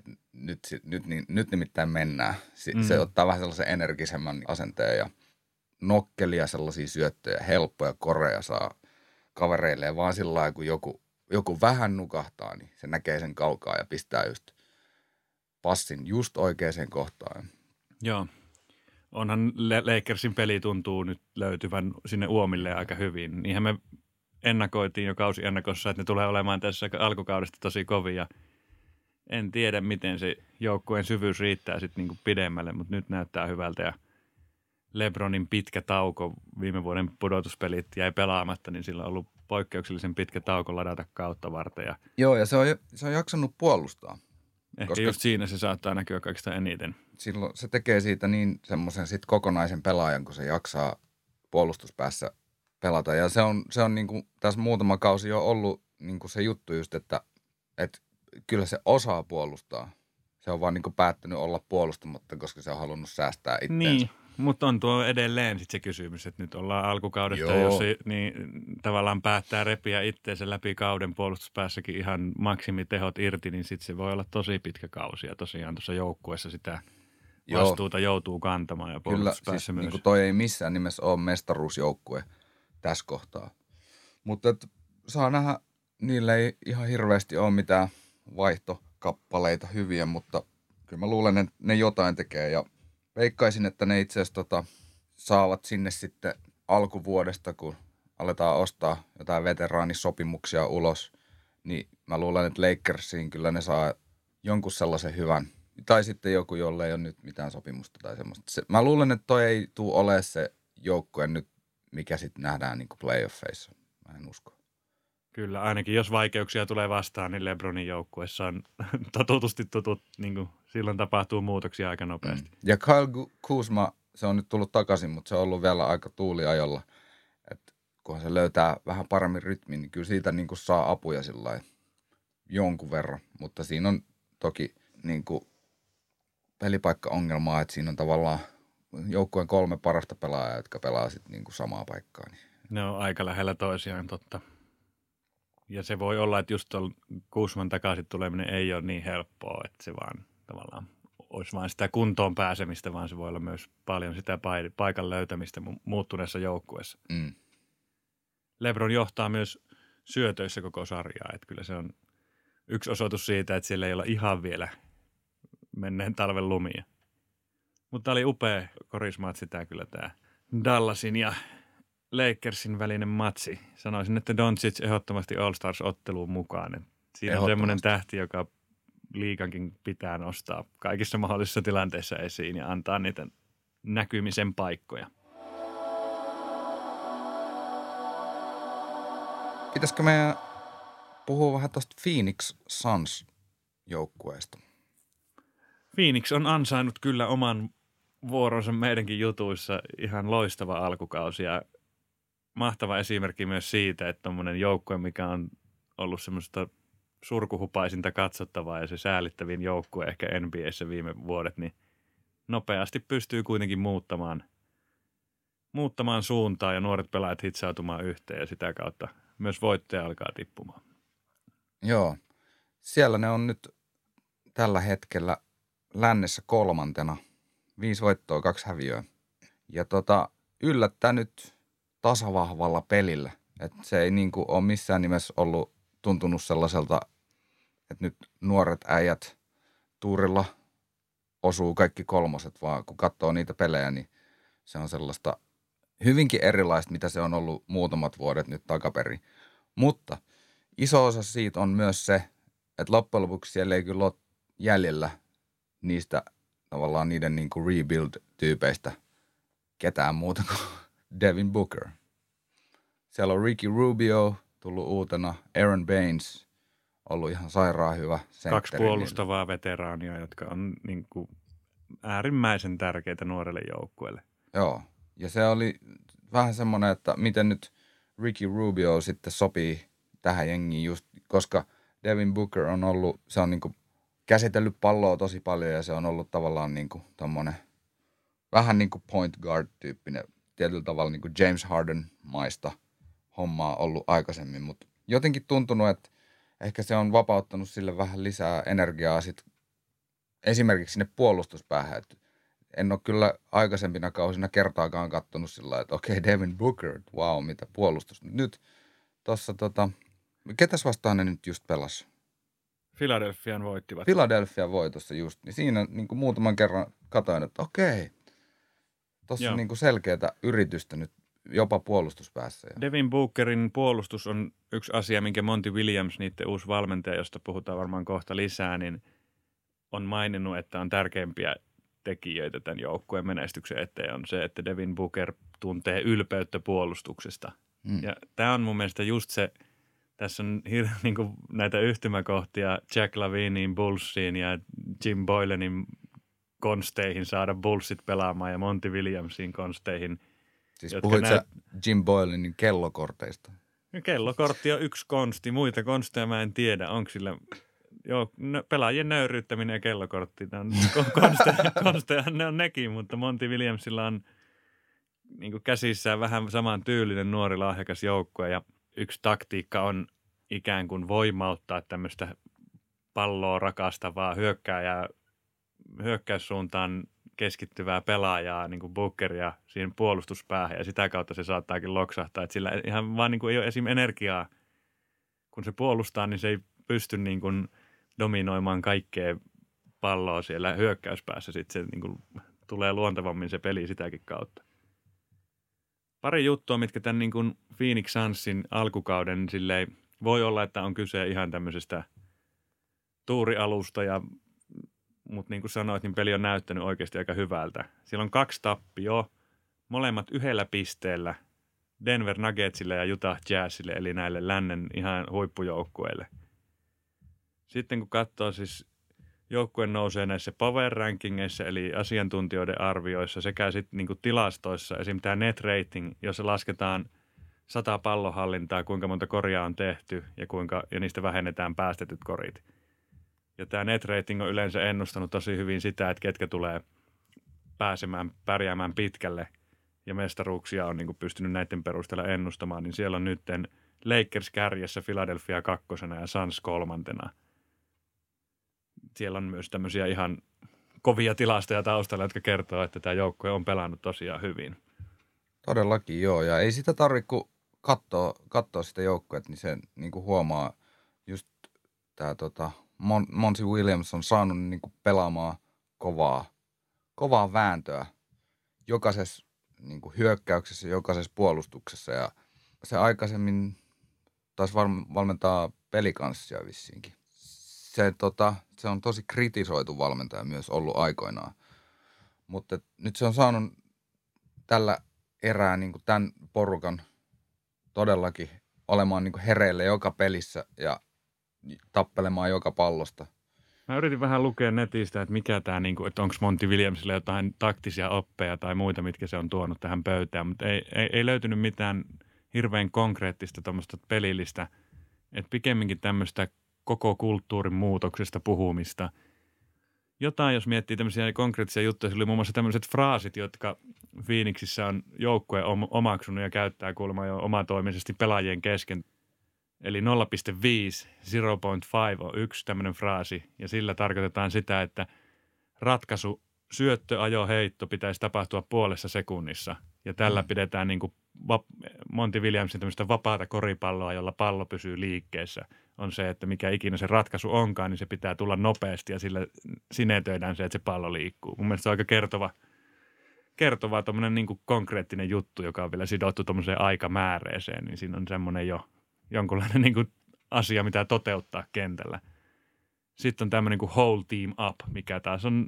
nyt nimittäin mennään. Se ottaa vähän sellaisen energisemmän asenteen ja nokkelia sellaisia syöttöjä, helppoja koreja saa kavereille. Vaan sillä lailla, kun joku vähän nukahtaa, niin se näkee sen kaukaa ja pistää just passin just oikeaan kohtaan. Joo. onhan Lakersin peli tuntuu nyt löytyvän sinne uomille aika hyvin. Niinhän me ennakoitiin jo kausiennakossa, että ne tulee olemaan tässä alkukaudesta tosi kovia. En tiedä, miten se joukkueen syvyys riittää sitten niinku pidemmälle, mutta nyt näyttää hyvältä. Ja LeBronin pitkä tauko, viime vuoden pudotuspelit jäi pelaamatta, niin sillä on ollut poikkeuksellisen pitkä tauko ladata kautta varten. Ja Joo, ja se on jaksanut puolustaa. ehkä koska just siinä se saattaa näkyä kaikista eniten. silloin se tekee siitä niin semmoisen sit kokonaisen pelaajan, kun se jaksaa puolustuspäässä pelata. Ja se on niin kuin tässä muutama kausi jo ollut niin kuin se juttu just, että kyllä se osaa puolustaa. Se on vaan niin kuin päättänyt olla puolustamatta, koska se on halunnut säästää itseensä. Niin, mutta on tuo edelleen sitten se kysymys, että nyt ollaan alkukaudesta, Joo. jos se, niin tavallaan päättää repiä itteensä läpi kauden puolustuspäässäkin ihan maksimitehot irti, niin sitten se voi olla tosi pitkä kausi. Ja tosiaan tuossa joukkueessa sitä vastuuta joutuu kantamaan ja Kyllä, puolustuspäässä siis myös. niin kuin toi ei missään nimessä ole mestaruusjoukkue tässä kohtaa. Mutta saa nähdä, niillä ei ihan hirveästi ole mitään vaihtokappaleita hyviä, mutta kyllä mä luulen, että ne jotain tekee. Ja veikkaisin, että ne itse asiassa saavat sinne sitten alkuvuodesta, kun aletaan ostaa jotain veteraanisopimuksia ulos, niin mä luulen, että Lakersiin kyllä ne saa jonkun sellaisen hyvän. Tai sitten joku, jolle ei ole nyt mitään sopimusta tai semmoista. Mä luulen, että toi ei tule ole se joukkue nyt, mikä sitten nähdään niin kuin playoffeissa. Mä en usko. Kyllä, ainakin jos vaikeuksia tulee vastaan, niin LeBronin joukkueessa on totutusti tutut, niin kuin silloin tapahtuu muutoksia aika nopeasti. Ja Kyle Kuzma, se on nyt tullut takaisin, mutta se on ollut vielä aika tuuliajolla. Et kun se löytää vähän paremmin rytmin, niin kyllä siitä niin kuin saa apuja sillä jonkun verran. Mutta siinä on toki niin kuin pelipaikka-ongelmaa, että siinä on tavallaan joukkueen 3 parasta pelaajaa, jotka pelaa sitten niin kuin samaa paikkaa. Niin. Ne on aika lähellä toisiaan, totta. Ja se voi olla, että just tuolla Kuzman takaisin tuleminen ei ole niin helppoa, että se vaan tavallaan olisi vain sitä kuntoon pääsemistä, vaan se voi olla myös paljon sitä paikan löytämistä muuttuneessa joukkueessa. LeBron johtaa myös syötöissä koko sarjaa, että kyllä se on yksi osoitus siitä, että siellä ei olla ihan vielä menneen talven lumia. Mutta oli upea korismatsi tämä kyllä tämä Dallasin ja Lakersin välinen matsi. Sanoisin, että Doncic ehdottomasti All-Stars-otteluun mukaan. Et siinä on semmoinen tähti, joka liigankin pitää nostaa kaikissa mahdollisissa tilanteissa esiin ja antaa niitä näkymisen paikkoja. Pitäisikö meidän puhua vähän tuosta Phoenix Suns-joukkueesta? Phoenix on ansainnut kyllä oman vuoronsa meidänkin jutuissa, ihan loistava alkukausi ja mahtava esimerkki myös siitä, että tommoinen joukkue, mikä on ollut semmoista surkuhupaisinta katsottavaa ja se säälittävin joukkue ehkä NBA:ssä viime vuodet, niin nopeasti pystyy kuitenkin muuttamaan suuntaa ja nuoret pelaajat hitsautumaan yhteen ja sitä kautta myös voittaja alkaa tippumaan. Joo, siellä ne on nyt tällä hetkellä lännessä 3. 5 voittoa, 2 häviöä. Ja yllättänyt tasavahvalla pelillä. Että se ei niinku ole missään nimessä ollut tuntunut sellaiselta, että nyt nuoret äijät tuurilla osuu kaikki 3, vaan kun katsoo niitä pelejä, niin se on sellaista hyvinkin erilaista, mitä se on ollut muutamat vuodet nyt takaperin. Mutta iso osa siitä on myös se, että loppujen lopuksi siellä ei kyllä ole jäljellä niistä tavallaan niiden niin kuin rebuild-tyypeistä ketään muuta kuin Devin Booker. Siellä on Ricky Rubio tullut uutena, Aaron Baines ollut ihan sairaan hyvä sentteri. 2 puolustavaa veteraania, jotka on niin kuin äärimmäisen tärkeitä nuorelle joukkueelle. Joo, ja se oli vähän semmoinen, että miten nyt Ricky Rubio sitten sopii tähän jengiin just, koska Devin Booker on ollut, se on niinku käsitellyt palloa tosi paljon ja se on ollut tavallaan niinku tommonen vähän niinku point guard tyyppinen, tietyllä tavalla niinku James Harden maista hommaa ollut aikaisemmin, mutta jotenkin tuntunut, että ehkä se on vapauttanut sille vähän lisää energiaa sit esimerkiksi sinne puolustuspäähän, että en ole kyllä aikaisempina kausina kertaakaan kattonut sillä lailla, että okei, Devin Booker, wow, mitä puolustus. Nyt tossa ketäs vastaan ne nyt just pelasi? Philadelphian voittivat. Philadelphia voitossa just, niin siinä niin kuin muutaman kerran katoin, että okei, Tuossa on niinku selkeätä yritystä nyt jopa puolustuspäässä. Devin Bookerin puolustus on yksi asia, minkä Monty Williams, niiden uusi valmentaja, josta puhutaan varmaan kohta lisää, niin on maininnut, että on tärkeimpiä tekijöitä tämän joukkueen menestyksen eteen on se, että Devin Booker tuntee ylpeyttä puolustuksesta. Ja tämä on mun mielestä just se, tässä on niin kuin näitä yhtymäkohtia Jack Lavinin Bullsiin ja Jim Boylenin konsteihin saada Bullsit pelaamaan ja Monty Williamsin konsteihin. Siis puhuit sä Jim Boylenin kellokorteista? Kellokortti on yksi konsti, muita konsteja mä en tiedä, onko sillä... Joo, pelaajien nöyryyttäminen ja kellokortti, konsteja ne on nekin, mutta Monty Williamsilla on niin kuin käsissään vähän saman tyylinen nuori lahjakas joukkue ja yksi taktiikka on ikään kuin voimauttaa tämmöistä palloa rakastavaa hyökkäyssuuntaan keskittyvää pelaajaa, niin kuin Bookeria siihen puolustuspäähän ja sitä kautta se saattaakin loksahtaa, että sillä ihan vaan niin kuin ei ole esim. Energiaa, kun se puolustaa, niin se ei pysty niin kuin dominoimaan kaikkea palloa siellä hyökkäyspäässä. Sitten se niin kuin tulee luontevammin se peli sitäkin kautta. Pari juttua, mitkä tämän niin kuin Phoenix Sunsin alkukauden silleen, voi olla, että on kyse ihan tämmöisestä tuurialusta, mutta niin kuin sanoit, niin peli on näyttänyt oikeasti aika hyvältä. Siellä on 2 tappioa, molemmat 1 pisteellä Denver Nuggetsille ja Utah Jazzille, eli näille lännen ihan huippujoukkueille. Sitten kun katsoo siis joukkue nousee näissä power rankingeissa, eli asiantuntijoiden arvioissa sekä sitten niin kuin tilastoissa, esimerkiksi tämä net rating, jossa lasketaan 100 pallohallintaa, kuinka monta koria on tehty ja niistä vähennetään päästetyt korit. Ja tämä net rating on yleensä ennustanut tosi hyvin sitä, että ketkä tulee pärjäämään pitkälle ja mestaruuksia on niin kuin pystynyt näiden perusteella ennustamaan, niin siellä on nytten Lakers kärjessä, Philadelphia 2. ja Suns 3. Siellä on myös tämmöisiä ihan kovia tilastoja taustalla, jotka kertoo, että tämä joukkue on pelannut tosiaan hyvin. Todellakin joo, ja ei sitä tarvitse kun katsoa sitä joukkuetta, niin se niin kuin huomaa just tämä Monty Williams on saanut niin kuin pelaamaan kovaa vääntöä jokaisessa niin kuin hyökkäyksessä, jokaisessa puolustuksessa, ja se aikaisemmin taisi valmentaa Pelikanssia vissiinkin. Se on tosi kritisoitu valmentaja myös ollut aikoinaan, mutta nyt se on saanut tällä erää niin kuin tämän porukan todellakin olemaan niin kuin hereillä joka pelissä ja tappelemaan joka pallosta. Mä yritin vähän lukea netistä, että mikä tämä, niin kuin, että onko Monty Williamsilla jotain taktisia oppeja tai muita, mitkä se on tuonut tähän pöytään, mutta ei löytynyt mitään hirveän konkreettista tuommoista pelillistä, että pikemminkin tämmöistä koko kulttuurin muutoksesta puhumista. Jotain, jos miettii tämmöisiä konkreettisia juttuja, se oli muun muassa tämmöiset fraasit, jotka Phoenixissä on joukkue omaksunut ja käyttää kuulemma jo omatoimisesti pelaajien kesken. Eli 0,5, 0,5 on yksi tämmöinen fraasi, ja sillä tarkoitetaan sitä, että ratkaisu, syöttö, ajo, heitto pitäisi tapahtua 0,5 sekunnissa. Ja tällä pidetään niin kuin Monty Williamsin tämmöistä vapaata koripalloa, jolla pallo pysyy liikkeessä. On se, että mikä ikinä se ratkaisu onkaan, niin se pitää tulla nopeasti ja sillä sinetöidään se, että se pallo liikkuu. Mun mielestä se on aika kertova tommoinen niin kuin konkreettinen juttu, joka on vielä sidottu tommoseen aikamääreeseen, niin siinä on semmoinen jo jonkunlainen niin kuin asia, mitä toteuttaa kentällä. Sitten on tämmöinen kuin whole team up, mikä taas on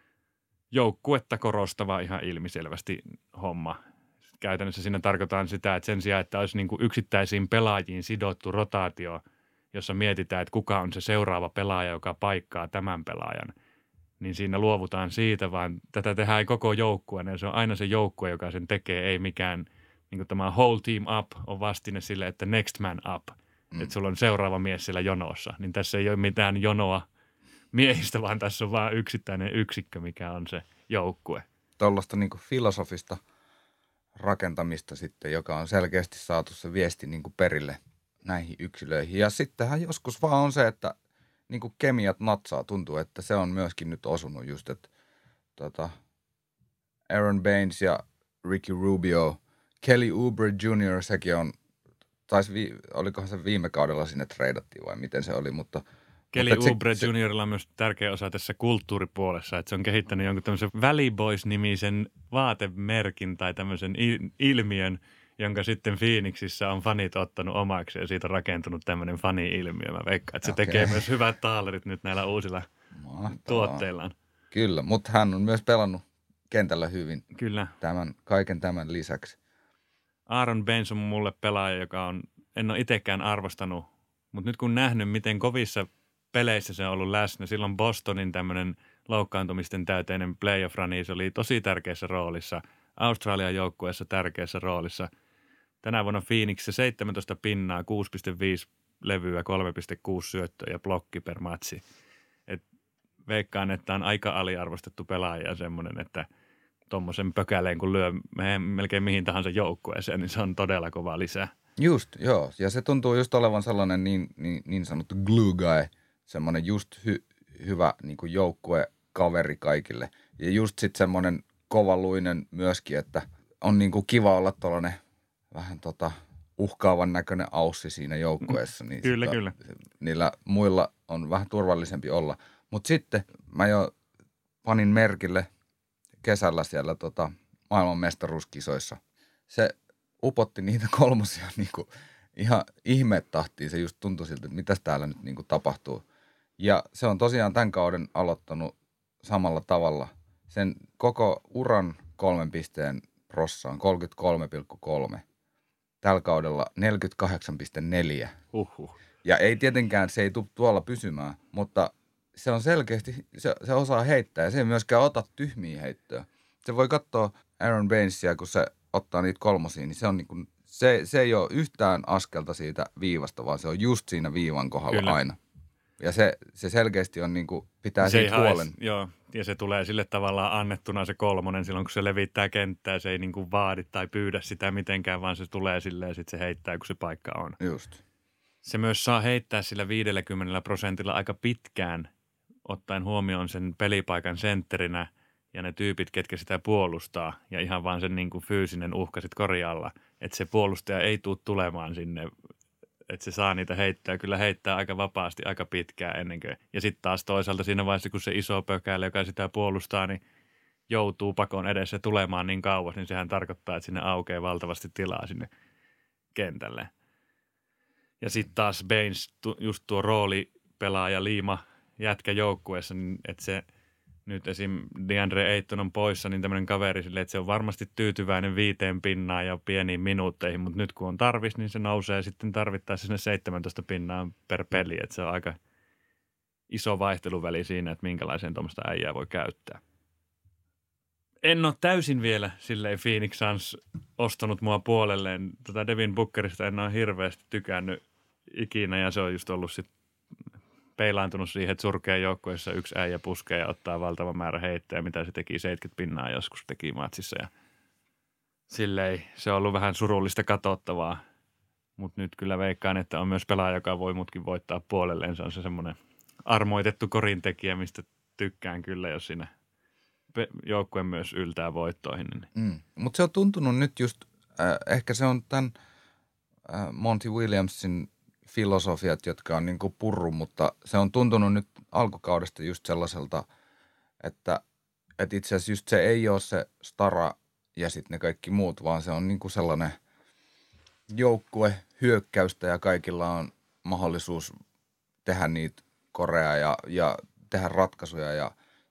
joukkuetta korostava ihan ilmiselvästi homma. Käytännössä siinä tarkoitaan sitä, että sen sijaan, että olisi niin kuin yksittäisiin pelaajiin sidottu rotaatio, jossa mietitään, että kuka on se seuraava pelaaja, joka paikkaa tämän pelaajan, niin siinä luovutaan siitä, vaan tätä tehdään koko joukkueen, ja se on aina se joukkue, joka sen tekee, ei mikään, niin kuin tämä whole team up on vastine sille, että next man up, että sulla on seuraava mies siellä jonossa, niin tässä ei ole mitään jonoa miehistä, vaan tässä on vain yksittäinen yksikkö, mikä on se joukkue. Tuollaista niin kuin filosofista rakentamista sitten, joka on selkeästi saatu se viesti niin kuin perille näihin yksilöihin. Ja sittenhän joskus vaan on se, että niin kuin kemiat natsaa, tuntuu, että se on myöskin nyt osunut just, että Aaron Baines ja Ricky Rubio, Kelly Oubre Jr., sekin on, olikohan se viime kaudella sinne treidattiin vai miten se oli, mutta Kelly Oubre Juniorilla on myös tärkeä osa tässä kulttuuripuolessa, että se on kehittänyt jonkun tämmöisen Valley Boys-nimisen vaatemerkin tai tämmöisen ilmiön, jonka sitten Phoenixissä on fanit ottanut omaksi ja siitä on rakentunut tämmöinen fani-ilmiö. Mä veikkaan, että se tekee myös hyvät taalerit nyt näillä uusilla tuotteillaan. Kyllä, mutta hän on myös pelannut kentällä hyvin. Kyllä. Kaiken tämän lisäksi. Aaron Baines on mulle pelaaja, joka en ole itsekään arvostanut, mutta nyt kun nähnyt, miten kovissa peleissä se on ollut läsnä, silloin Bostonin tämmöinen loukkaantumisten täyteinen playoff-rani, se oli tosi tärkeässä roolissa. Australian joukkueessa tärkeässä roolissa. Tänä vuonna Phoenix 17 pinnaa, 6,5 levyä, 3,6 syöttöä ja blokki per matsi. Et veikkaan, että on aika aliarvostettu pelaaja semmoinen, että tuommoisen pökäleen kun lyö melkein mihin tahansa joukkueeseen, niin se on todella kova lisää. Just, joo. Ja se tuntuu just olevan sellainen niin sanottu glue guy, semmoinen just hyvä niin kuin joukkuekaveri kaikille. Ja just sitten semmoinen kovaluinen myöskin, että on niin kuin kiva olla tuollainen vähän uhkaavan näköinen aussi siinä joukkueessa. Niin kyllä. Niillä muilla on vähän turvallisempi olla. Mutta sitten mä jo panin merkille kesällä siellä maailmanmestaruuskisoissa. Se upotti niitä kolmosia niinku ihan ihmetahtiin. Se just tuntui siltä, että mitäs täällä nyt niinku tapahtuu. Ja se on tosiaan tämän kauden aloittanut samalla tavalla. Sen koko uran 3 pisteen prossa on 33,3. Tällä kaudella 48,4. Ja ei tietenkään, se ei tule tuolla pysymään, mutta se on selkeästi, se osaa heittää ja se ei myöskään ota tyhmiä heittöä. Se voi katsoa Aaron Bainesia, kun se ottaa niitä kolmosia, niin se on niinku, se ei ole yhtään askelta siitä viivasta, vaan se on just siinä viivan kohdalla Kyllä. aina. Ja se selkeästi on niinku, pitää siitä huolen. Joo, ja se tulee sille tavallaan annettuna se kolmonen silloin, kun se levittää kenttää. Se ei niinku vaadi tai pyydä sitä mitenkään, vaan se tulee silleen ja sitten se heittää, kun se paikka on. Just. Se myös saa heittää sillä 50% aika pitkään, ottaen huomioon sen pelipaikan sentterinä ja ne tyypit, ketkä sitä puolustaa ja ihan vaan sen niin kuin fyysinen uhka sit korjalla, että se puolustaja ei tule tulemaan sinne, että se saa niitä heittää. Kyllä heittää aika vapaasti aika pitkään ennen kuin. Ja sitten taas toisaalta siinä vaiheessa, kun se iso pökäile, joka sitä puolustaa, niin joutuu pakon edessä tulemaan niin kauas, niin sehän tarkoittaa, että sinne aukeaa valtavasti tilaa sinne kentälle. Ja sitten taas Baines, just tuo roolipelaaja liima jätkä joukkueessa, niin että se nyt esim. DeAndre Ayton on poissa, niin tämmöinen kaveri sille, että se on varmasti tyytyväinen 5 pinnaan ja pieniin minuutteihin, mutta nyt kun on tarvis, niin se nousee sitten tarvittaessa sinne 17 pinnaan per peli, että se on aika iso vaihteluväli siinä, että minkälaiseen tuommoista äijää voi käyttää. En ole täysin vielä silleen Phoenix Suns ostanut mua puolelleen. Devin Bookerista en ole hirveästi tykännyt ikinä ja se on just ollut sitten peilaantunut siihen, että surkea joukkueessa yksi äijä puskee ja ottaa valtavan määrä heittää, mitä se teki 70 pinnaa joskus teki matsissa. Ja silleen se on ollut vähän surullista katsottavaa, mutta nyt kyllä veikkaan, että on myös pelaaja, joka voi mutkin voittaa puolelleen. Se on se semmoinen armoitettu korintekijä, mistä tykkään kyllä, jos siinä joukkue myös yltää voittoihin. Niin. Mutta se on tuntunut nyt just, ehkä se on tämän Monty Williamsin filosofiat, jotka on niinku purru, mutta se on tuntunut nyt alkukaudesta just sellaiselta, että itse asiassa just se ei ole se stara ja sitten ne kaikki muut, vaan se on niinku sellainen joukkue hyökkäystä ja kaikilla on mahdollisuus tehdä niitä korea ja tehdä ratkaisuja ja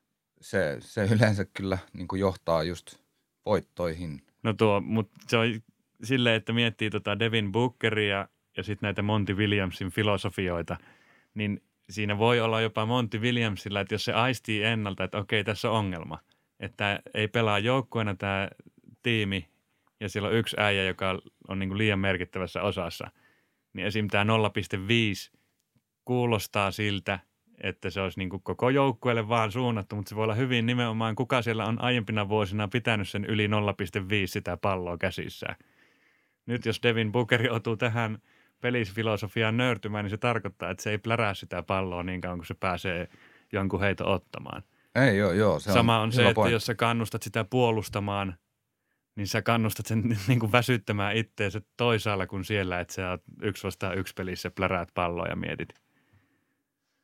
se yleensä kyllä niinku johtaa just voittoihin. No mutta se on silleen, että miettii Devin Bookeria ja sitten näitä Monty Williamsin filosofioita, niin siinä voi olla jopa Monty Williamsilla, että jos se aistii ennalta, että okei, tässä on ongelma, että ei pelaa joukkueena tämä tiimi ja siellä on yksi äijä, joka on niin kuin liian merkittävässä osassa, niin esim. Tämä 0,5 kuulostaa siltä, että se olisi niin kuin koko joukkueelle vaan suunnattu, mutta se voi olla hyvin nimenomaan, kuka siellä on aiempina vuosina pitänyt sen yli 0,5 sitä palloa käsissään. Nyt jos Devin Booker joutuu tähän pelifilosofiaan nöyrtymään, niin se tarkoittaa, että se ei plärää sitä palloa niin kauan, kun se pääsee jonkun heito ottamaan. Ei, joo. Sama on se, että jos sä kannustat sitä puolustamaan, niin sä kannustat sen niin kuin väsyttämään itteensä toisaalla kuin siellä, että sä oot 1 vastaan 1 pelissä, pläräät palloa ja mietit.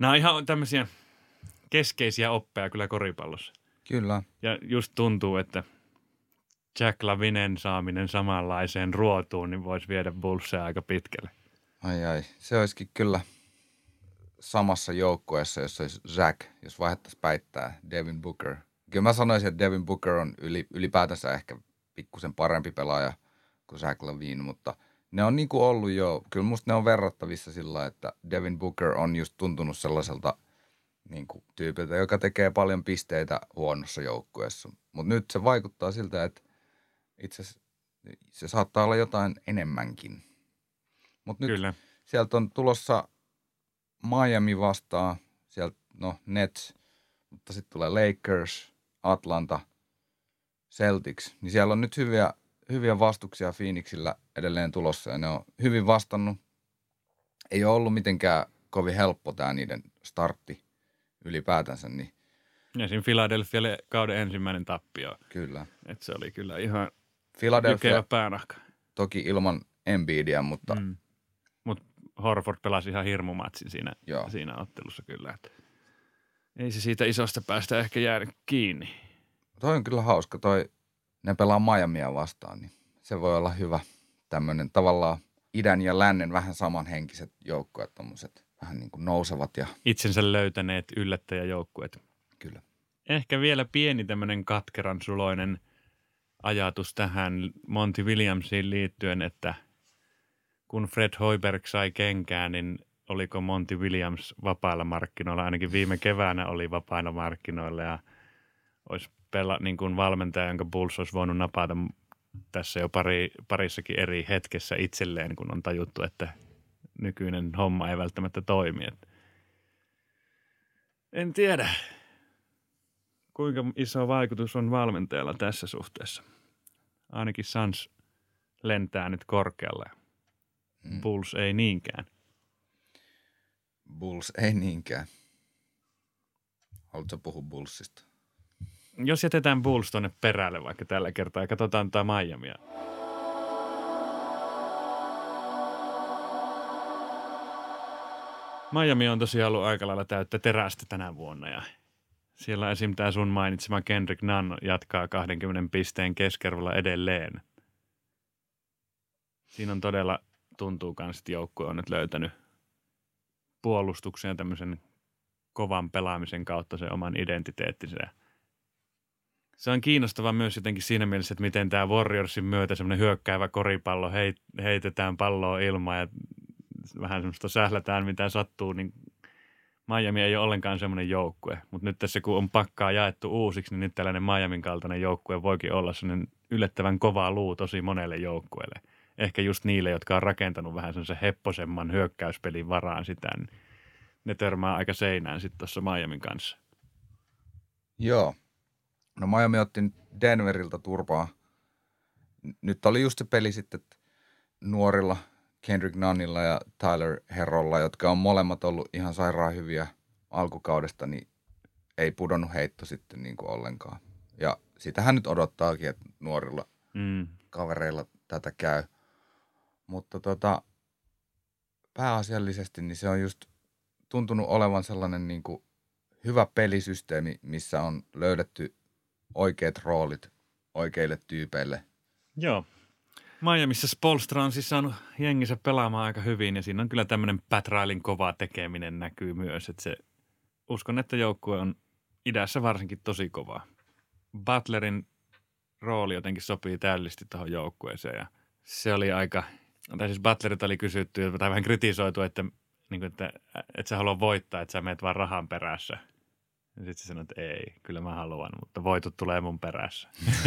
Nämä on ihan tämmöisiä keskeisiä oppeja kyllä koripallossa. Kyllä. Ja just tuntuu, että Jack Lavinen saaminen samanlaiseen ruotuun, niin voisi viedä Bullsia aika pitkälle. Ai. Se olisikin kyllä samassa joukkueessa, jos olisi Zach, jos vaihdettaisiin päittää Devin Booker. Kyllä mä sanoisin, että Devin Booker on ylipäätänsä ehkä pikkusen parempi pelaaja kuin Zach LaVine, mutta ne on niinku ollut jo, kyllä musta ne on verrattavissa sillä, että Devin Booker on just tuntunut sellaiselta niinku tyypiltä, joka tekee paljon pisteitä huonossa joukkueessa. Mutta nyt se vaikuttaa siltä, että itse asiassa se saattaa olla jotain enemmänkin. Mutta nyt Kyllä. sieltä on tulossa Miami vastaan, sieltä Nets, mutta sitten tulee Lakers, Atlanta, Celtics. Niin siellä on nyt hyviä vastuksia Phoenixillä edelleen tulossa ja ne on hyvin vastannut. Ei ole ollut mitenkään kovin helppo tämä niiden startti ylipäätänsä. Niin. Ja siinä Philadelphialle kauden ensimmäinen tappio. Kyllä. Että se oli kyllä ihan Philadelphia päänahka. toki ilman Embiidia, mutta Mutta Horford pelasi ihan hirmumatsin Joo. siinä ottelussa kyllä. Että ei se siitä isosta päästä ehkä jäänyt kiinni. toi on kyllä hauska. Ne pelaa Miamia vastaan, niin se voi olla hyvä tämmöinen tavallaan idän ja lännen vähän samanhenkiset joukkueet, tommoset vähän niin kuin nousevat ja Itsensä löytäneet yllättäjäjoukkueet. kyllä. Ehkä vielä pieni tämmöinen katkeran suloinen ajatus tähän Monty Williamsiin liittyen, että kun Fred Hoiberg sai kenkään, niin oliko Monty Williams vapailla markkinoilla? Ainakin viime keväänä oli vapailla markkinoilla ja olisi niin kuin valmentaja, jonka Bulls olisi voinut napata tässä jo parissakin eri hetkessä itselleen, kun on tajuttu, että nykyinen homma ei välttämättä toimi. En tiedä, kuinka iso vaikutus on valmentajalla tässä suhteessa. Ainakin Suns lentää nyt korkealle. Bulls ei niinkään. Bulls ei niinkään. Haluatko puhua Bullsista? Jos jätetään Bulls tuonne perälle vaikka tällä kertaa ja katsotaan tätä Miamia. Miami on tosiaan ollut aika lailla täyttä terästä tänä vuonna ja siellä esim. Tämä sun mainitsema Kendrick Nunn jatkaa 20 pisteen keskiarvolla edelleen. Siinä on todella, tuntuu kans, että joukkue on nyt löytänyt puolustuksen ja tämmöisen kovan pelaamisen kautta sen oman identiteettinsä. Se on kiinnostavaa myös jotenkin siinä mielessä, että miten tämä Warriorsin myötä semmoinen hyökkäävä koripallo heitetään palloa ilmaan ja vähän semmoista sählätään mitä sattuu, niin Miami ei ole ollenkaan semmoinen joukkue. Mutta nyt tässä kun on pakkaa jaettu uusiksi, niin nyt tällainen Miamin kaltainen joukkue voikin olla semmoinen yllättävän kova luu tosi monelle joukkueelle. Ehkä just niille, jotka on rakentanut vähän semmoisen hepposemman hyökkäyspelin varaan sitä, niin ne törmää aika seinään sitten tuossa Miamin kanssa. Joo. No Miami otti Denveriltä turpaa. Nyt oli just se peli sitten nuorilla Kendrick Nunnilla ja Tyler Herrolla, jotka on molemmat ollut ihan sairaan hyviä alkukaudesta, niin ei pudonnut heitto sitten niin kuin ollenkaan. Ja sitähän nyt odottaakin, että nuorilla kavereilla tätä käy. Mutta pääasiallisesti niin se on just tuntunut olevan sellainen niin kuin hyvä pelisysteemi, missä on löydetty oikeat roolit oikeille tyypeille. Joo. Miamiissa Spoelstra on siis saanut jengissä pelaamaan aika hyvin ja siinä on kyllä tämmöinen Pat Rileyn kova tekeminen näkyy myös. Että uskon, että joukkue on idässä varsinkin tosi kova. Butlerin rooli jotenkin sopii täydellisesti tuohon joukkueeseen ja se oli aika, tai siis Butlerilta oli kysytty tai vähän kritisoitu, että sä haluat voittaa, että sä meet vaan rahan perässä. Ja sitten se sanoi, että ei, kyllä mä haluan, mutta voitot tulee mun perässä.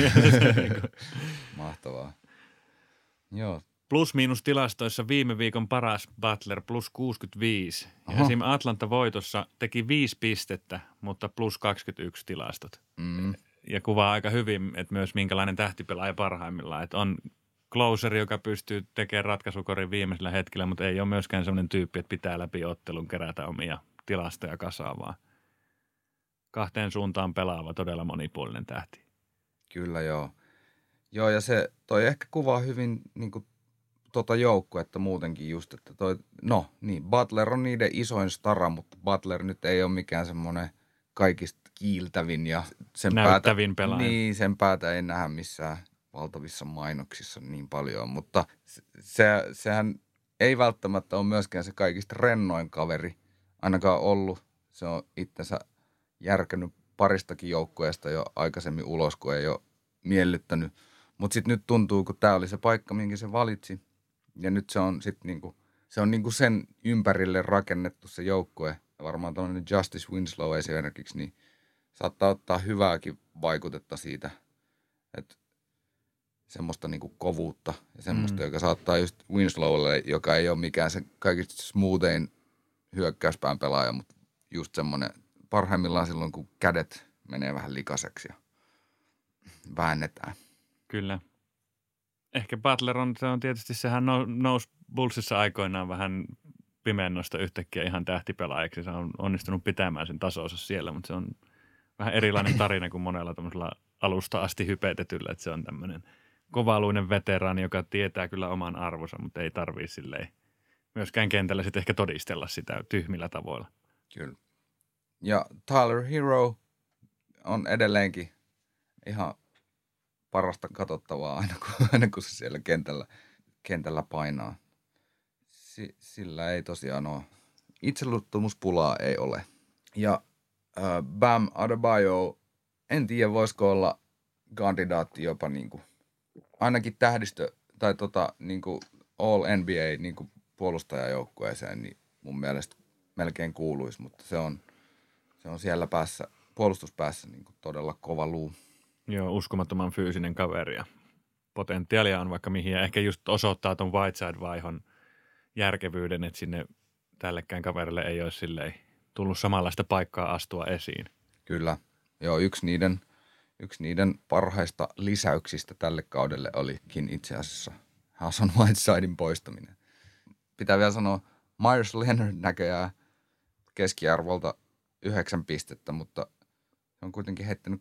Mahtavaa. Joo. Plus-miinus tilastoissa viime viikon paras Butler plus 65. Ja esim. Atlanta-voitossa teki 5 pistettä, mutta plus 21 tilastot. Ja kuvaa aika hyvin, että myös minkälainen tähtipelaaja parhaimmillaan. Että on closeri, joka pystyy tekemään ratkaisukorin viimeisellä hetkellä, mutta ei ole myöskään sellainen tyyppi, että pitää läpi ottelun kerätä omia tilastoja kasaavaa. Kahteen suuntaan pelaava, todella monipuolinen tähti. Kyllä joo. Joo ja se toi ehkä kuvaa hyvin niin kuin joukkuetta muutenkin just, että Butler on niiden isoin stara, mutta Butler nyt ei ole mikään semmoinen kaikista kiiltävin ja näyttävin pelaaja. Niin, sen päätä ei nähdä missään valtavissa mainoksissa niin paljon, mutta sehän ei välttämättä ole myöskään se kaikista rennoin kaveri ainakaan ollut. Se on itsensä järkännyt paristakin joukkueesta jo aikaisemmin ulos, kun ei ole miellyttänyt. Mutta sitten nyt tuntuu, kun tämä oli se paikka, minkä se valitsi. Ja nyt se on sitten niinku sen ympärille rakennettu se joukkue. Varmaan tuollainen Justice Winslow esimerkiksi, niin saattaa ottaa hyvääkin vaikutetta siitä, että semmoista niinku kovuutta ja semmoista, joka saattaa just Winslowlle, joka ei ole mikään se kaikista smoothein hyökkäyspään pelaaja, mutta just semmoinen parhaimmillaan silloin, kun kädet menee vähän likaiseksi ja väännetään. Kyllä. Ehkä Butler se on tietysti, sehän nousi Bullsissa aikoinaan vähän pimennosta yhtäkkiä ihan tähtipelaajaksi. Se on onnistunut pitämään sen tasonsa siellä, mutta se on vähän erilainen tarina kuin monella tämmöisellä alusta asti hypetetyllä, että se on tämmöinen kovaluinen veteraani, joka tietää kyllä oman arvonsa, mutta ei tarvitse silleen myöskään kentällä sitten ehkä todistella sitä tyhmillä tavoilla. Kyllä. Ja Tyler Hero on edelleenkin ihan parasta katsottavaa aina kun se siellä kentällä painaa. Sillä ei tosiaan ole. Itseluottamuspulaa ei ole. Ja Bam Adebayo, en tiedä voisiko olla kandidaatti jopa niinku, ainakin tähdistö tai niinku All NBA niinku puolustajajoukkueeseen, niin mun mielestä melkein kuuluisi, mutta se on siellä päässä, puolustuspäässä niinku todella kova luu. Joo, uskomattoman fyysinen kaveri ja potentiaalia on vaikka mihin ja ehkä just osoittaa ton Whiteside-vaihon järkevyyden, että sinne tällekään kaverille ei ole silleen tullut samanlaista paikkaa astua esiin. Kyllä. Joo, yksi niiden parhaista lisäyksistä tälle kaudelle olikin itse asiassa Hassan Whitesidein poistaminen. Pitää vielä sanoa, Myers Leonard näköjään keskiarvolta 9 pistettä, mutta se on kuitenkin heittänyt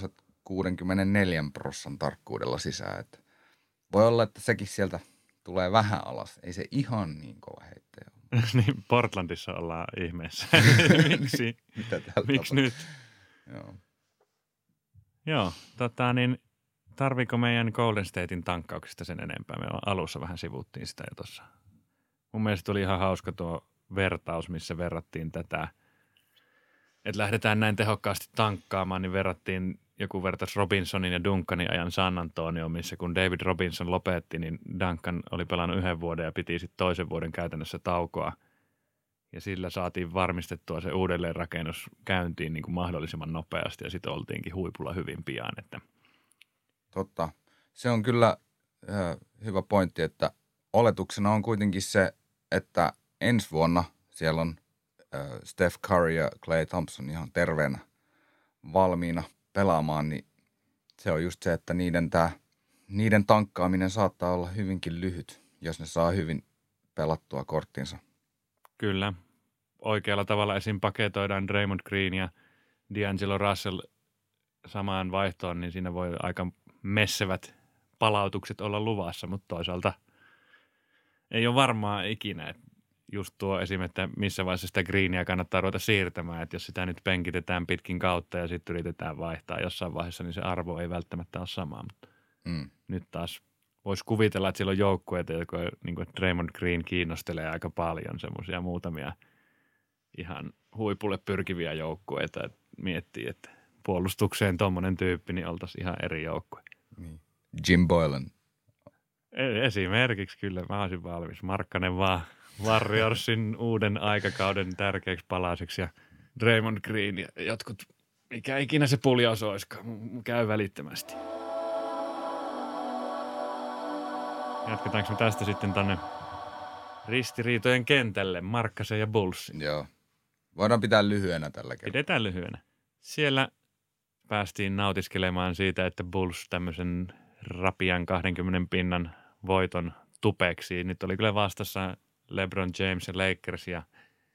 64% tarkkuudella sisään. Että voi olla, että sekin sieltä tulee vähän alas. Ei se ihan niin kova heittäjä ole. Niin, Portlandissa ollaan ihmeessä. Miksi? Mitä täällä Miksi nyt? Joo, tarviiko meidän Golden Statein tankkauksista sen enempää? Me alussa vähän sivuttiin sitä jo tuossa. Mun mielestä tuli ihan hauska tuo vertaus, missä verrattiin tätä, että lähdetään näin tehokkaasti tankkaamaan, niin joku vertaisi Robinsonin ja Duncanin ajan San Antonioon, missä kun David Robinson lopetti, niin Duncan oli pelannut 1 vuoden ja piti sitten toisen vuoden käytännössä taukoa. Ja sillä saatiin varmistettua se uudelleenrakennus käyntiin niin kuin mahdollisimman nopeasti ja sitten oltiinkin huipulla hyvin pian. Että. Totta. Se on kyllä hyvä pointti, että oletuksena on kuitenkin se, että ensi vuonna siellä on Steph Curry ja Klay Thompson ihan terveenä valmiina pelaamaan, niin se on just se, että niiden tankkaaminen saattaa olla hyvinkin lyhyt, jos ne saa hyvin pelattua korttinsa. Kyllä. Oikealla tavalla esim. Paketoidaan Draymond Green ja D'Angelo Russell samaan vaihtoon, niin siinä voi aika messevät palautukset olla luvassa, mutta toisaalta ei ole varmaa ikinä, että just tuo esim. Että missä vaiheessa sitä Greenia kannattaa ruveta siirtämään, että jos sitä nyt penkitetään pitkin kautta ja sitten yritetään vaihtaa jossain vaiheessa, niin se arvo ei välttämättä ole sama, mutta nyt taas voisi kuvitella, että siellä on joukkueita, jotka niin kuin Draymond Green kiinnostelee aika paljon, semmoisia muutamia ihan huipulle pyrkiviä joukkueita, että miettii, että puolustukseen tommonen tyyppi, niin oltaisiin ihan eri joukkue. Niin. Jim Boylan. Esimerkiksi kyllä, mä olisin valmis. Markkanen vaan Warriorsin uuden aikakauden tärkeäksi palaseksi ja Draymond Green ja jotkut, mikä ikinä se puljaus olisikaan, käy välittömästi. Jatketaanko me tästä sitten tänne ristiriitojen kentälle, Markkasen ja Bullsin? Joo. Voidaan pitää lyhyenä tällä kertaa. Pidetään lyhyenä. Siellä päästiin nautiskelemaan siitä, että Bulls tämmöisen rapian 20 pinnan voiton tupeksi. Nyt oli kyllä vastassa LeBron James ja Lakers ja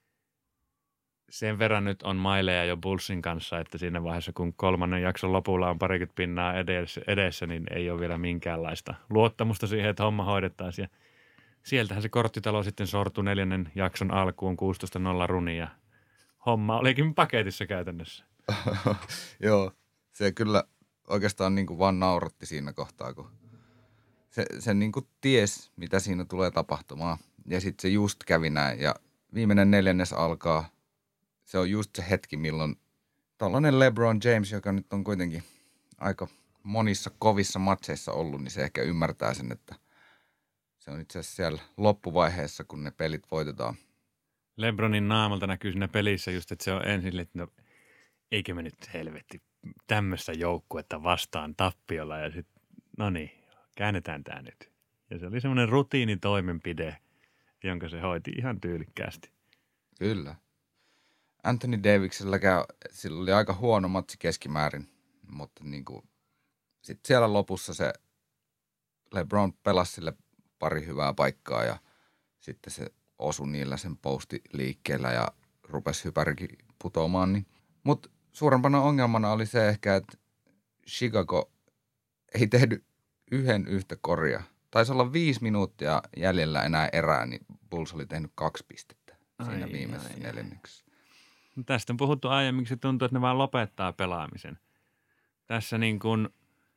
sen verran nyt on maileja jo Bullsin kanssa, että siinä vaiheessa kun 3. jakson lopulla on 20 pinnaa edessä, niin ei ole vielä minkäänlaista luottamusta siihen, että homma hoidettaisiin. sieltähän se korttitalo sitten sortui 4. jakson alkuun 16-0 runi ja homma olikin paketissa käytännössä. Joo, se kyllä oikeastaan niin kuin vaan nauratti siinä kohtaa, kun se niin kuin ties, mitä siinä tulee tapahtumaan. Ja sitten se just kävi näin ja viimeinen 4. alkaa. Se on just se hetki, milloin tällainen LeBron James, joka nyt on kuitenkin aika monissa kovissa matseissa ollut, niin se ehkä ymmärtää sen, että se on itse asiassa siellä loppuvaiheessa, kun ne pelit voitetaan. LeBronin naamalta näkyy siinä pelissä just, että se on ensin, että no eikö me nyt helvetti tämmöistä joukkuetta vastaan tappiolla ja sitten no niin, käännetään tämä nyt. Ja se oli semmoinen rutiinitoimenpide, jonka se hoiti ihan tyylikkäästi. Kyllä. Anthony Davisilläkään, sillä oli aika huono matsi keskimäärin, mutta niin kuin, sitten siellä lopussa se LeBron pelasi sille pari hyvää paikkaa ja sitten se osui niillä sen posti-liikkeellä ja rupesi hypärikin putoamaan. Niin. Mutta suurempana ongelmana oli se ehkä, että Chicago ei tehnyt yhtä koria. Taisi olla 5 minuuttia jäljellä enää erää, niin Bulls oli tehnyt 2 pistettä siinä viimeisessä neljänneksessä. No tästä on puhuttu aiemmin, se tuntuu, että ne vaan lopettaa pelaamisen. Tässä niin kuin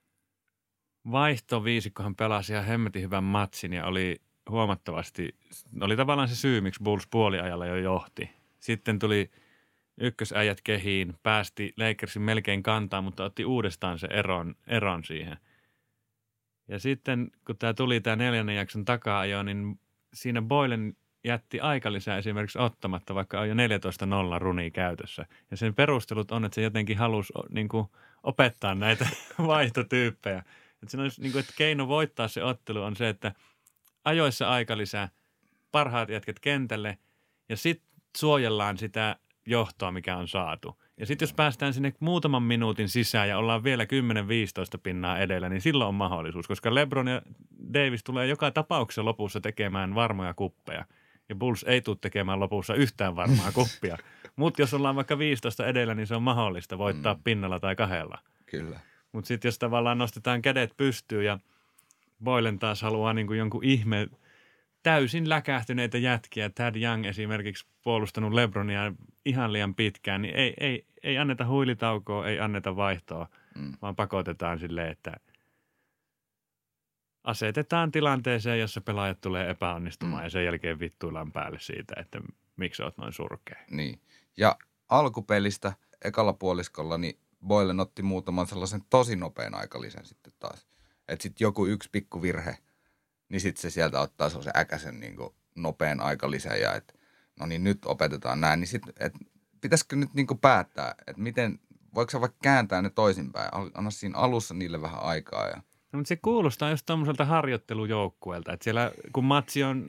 vaihtoviisikkohan pelasi ihan hemmetin hyvän matsin ja oli huomattavasti, oli tavallaan se syy, miksi Bulls puoliajalla jo johti. Sitten tuli ykkösäijät kehiin, päästi Lakersin melkein kantaa, mutta otti uudestaan se eron siihen. Ja sitten kun tämä tuli tämä 4. jakson takaa-ajo, niin siinä Boylen jätti aikalisää esimerkiksi ottamatta, vaikka on jo 14-0 runia käytössä. Ja sen perustelut on, että se jotenkin halusi niin kuin opettaa näitä vaihtotyyppejä. Että siinä olisi, niin kuin, että keino voittaa se ottelu on se, että ajoissa aikalisää, parhaat jätket kentälle ja sitten suojellaan sitä johtoa, mikä on saatu. Ja sitten jos päästään sinne muutaman minuutin sisään ja ollaan vielä 10-15 pinnaa edellä, niin silloin on mahdollisuus, koska LeBron ja Davis tulee joka tapauksessa lopussa tekemään varmoja kuppeja. Ja Bulls ei tule tekemään lopussa yhtään varmaa kuppia. Mutta jos ollaan vaikka 15 edellä, niin se on mahdollista voittaa pinnalla tai 2. Kyllä. Mutta sitten jos tavallaan nostetaan kädet pystyyn ja Boylen taas haluaa niin kuin jonkun ihme täysin läkähtyneitä jätkiä, Thad Young esimerkiksi puolustanut LeBronia ihan liian pitkään, niin ei anneta huilitaukoa, ei anneta vaihtoa, vaan pakotetaan silleen, että asetetaan tilanteeseen, jossa pelaajat tulee epäonnistumaan ja sen jälkeen vittuillaan päälle siitä, että miksi oot noin surkea. Niin. Ja alkupelistä ekalla puoliskolla niin Boylen otti muutaman sellaisen tosi nopean aikalisän sitten taas. Että sitten joku yksi pikku virhe, niin sitten se sieltä ottaa sellaisen äkäisen niin kuin nopean aikalisän ja että no niin nyt opetetaan näin. Niin sitten, että pitäisikö nyt niin kuin päättää, että miten, voiko sä vaikka kääntää ne toisinpäin, anna siinä alussa niille vähän aikaa ja no, mutta se kuulostaa just tommoselta harjoittelujoukkueelta, että siellä kun matsi on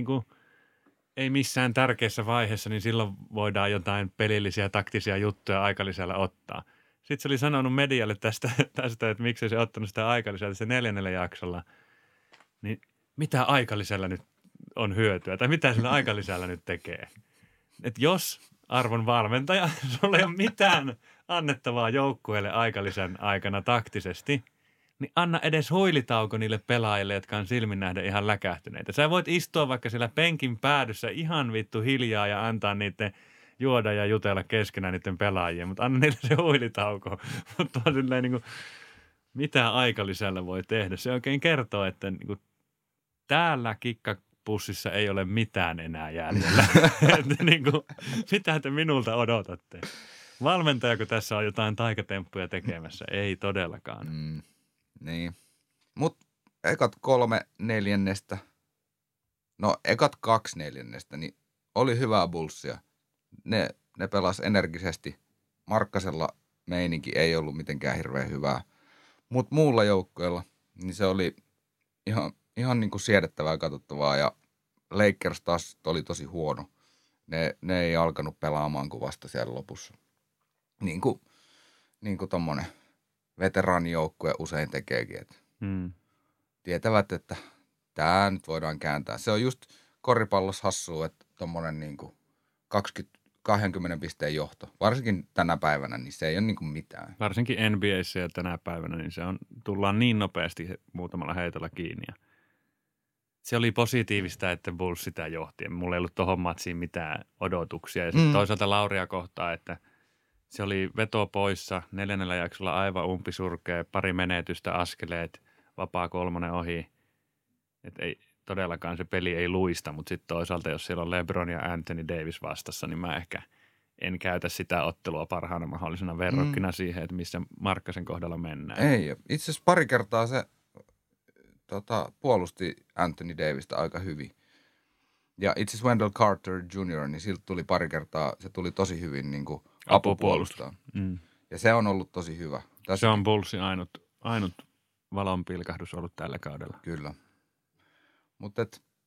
ei missään tärkeässä vaiheessa, niin silloin voidaan jotain pelillisiä, taktisia juttuja aikalisällä ottaa. Sitten se oli sanonut medialle tästä että miksei se ottanut sitä aikalisällä se 4. jaksolla, niin mitä aikalisällä nyt on hyötyä tai mitä sillä aikalisällä nyt tekee? Että jos arvon valmentaja, sulla ei ole mitään annettavaa joukkueelle aikalisän aikana taktisesti, niin anna edes huilitauko niille pelaajille, jotka on silmin nähden ihan läkähtyneitä. Sä voit istua vaikka siellä penkin päädyssä ihan vittu hiljaa ja antaa niiden juoda ja jutella keskenään niiden pelaajien, mutta anna niille se huilitauko. Mutta on silleen niin kuin, mitä aikalisällä voi tehdä. Se oikein kertoo, että niin kuin, täällä kikkapussissa ei ole mitään enää jäljellä. Että niin kuin, mitä te minulta odotatte? Valmentajako tässä on jotain taikatemppuja tekemässä? Ei todellakaan. Niin. Mutta ekat 3 neljännestä, no ekat 2 neljännestä, niin oli hyvää Bullsia. Ne pelas energisesti. Markkasella meininki ei ollut mitenkään hirveän hyvää. Mutta muulla joukkueella, niin se oli ihan niin kuin siedettävää katsottavaa ja Lakers taas oli tosi huono. Ne ei alkanut pelaamaan kuin vasta siellä lopussa. Niin kuin tommonen veteraanijoukkue usein tekeekin, että tietävät, että tämä nyt voidaan kääntää. Se on just koripallossa hassua, että tommonen niin kuin 20 pisteen johto, varsinkin tänä päivänä, niin se ei ole niin kuin mitään. Varsinkin NBA:ssä ja tänä päivänä, niin tullaan niin nopeasti muutamalla heitolla kiinni. se oli positiivista, että Bulls sitä johti. Mulla ei ollut tohon matsiin mitään odotuksia. Ja sitten toisaalta Lauria kohtaa, että se oli veto poissa 4. jaksolla aivan umpisurkea, pari menetystä, askeleet, vapaa 3 ohi. Että ei todellakaan se peli ei luista, mutta sitten toisaalta, jos siellä on LeBron ja Anthony Davis vastassa, niin mä ehkä en käytä sitä ottelua parhaana mahdollisena verrokkina siihen, että missä Markkasen kohdalla mennään. Ei, itse asiassa pari kertaa se puolusti Anthony Davista aika hyvin. Ja itse asiassa Wendell Carter Jr., niin siltä tuli pari kertaa, se tuli tosi hyvin niin kuin apupuolustaa. Ja se on ollut tosi hyvä. Se on Bullsin ainut valonpilkahdus ollut tällä kaudella. Kyllä. Mutta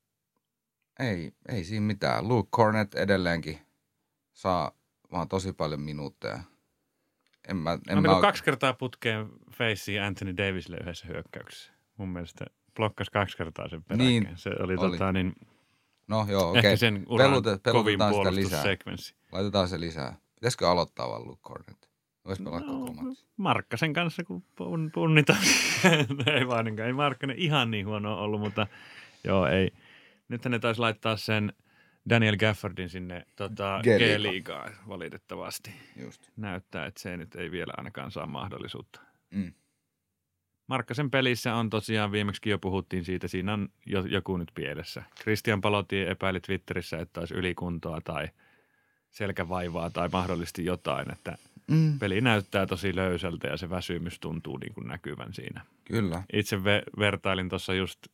ei siinä mitään. Luke Cornett edelleenkin saa vaan tosi paljon minuutteja. On 2 kertaa putkeen faceen Anthony Davisille yhdessä hyökkäyksessä. Mun mielestä blokkasi 2 kertaa sen peräkkäin. Niin, se oli. No joo, okei. Ehkä sen uran kovin puolustussekvenssi. Laitetaan se lisää. Pitäisikö aloittaa vaan Luke Cornett? Voisi pelaa koko matsi. Markkasen kanssa, kun punnitaan. Ei vaan ei Markkanen ihan niin huono ollut, mutta joo, ei. Nythän ne taisi laittaa sen Daniel Gaffordin sinne G-liigaan valitettavasti. Just. Näyttää, että se nyt ei vielä ainakaan saa mahdollisuutta. Markkasen pelissä on tosiaan, viimeksi jo puhuttiin siitä, siinä on joku nyt pielessä. Christian Palotti epäili Twitterissä, että olisi ylikuntoa tai selkävaivaa tai mahdollisesti jotain, että peli näyttää tosi löysältä ja se väsymys tuntuu niin kuin näkyvän siinä. Kyllä. Itse vertailin tuossa just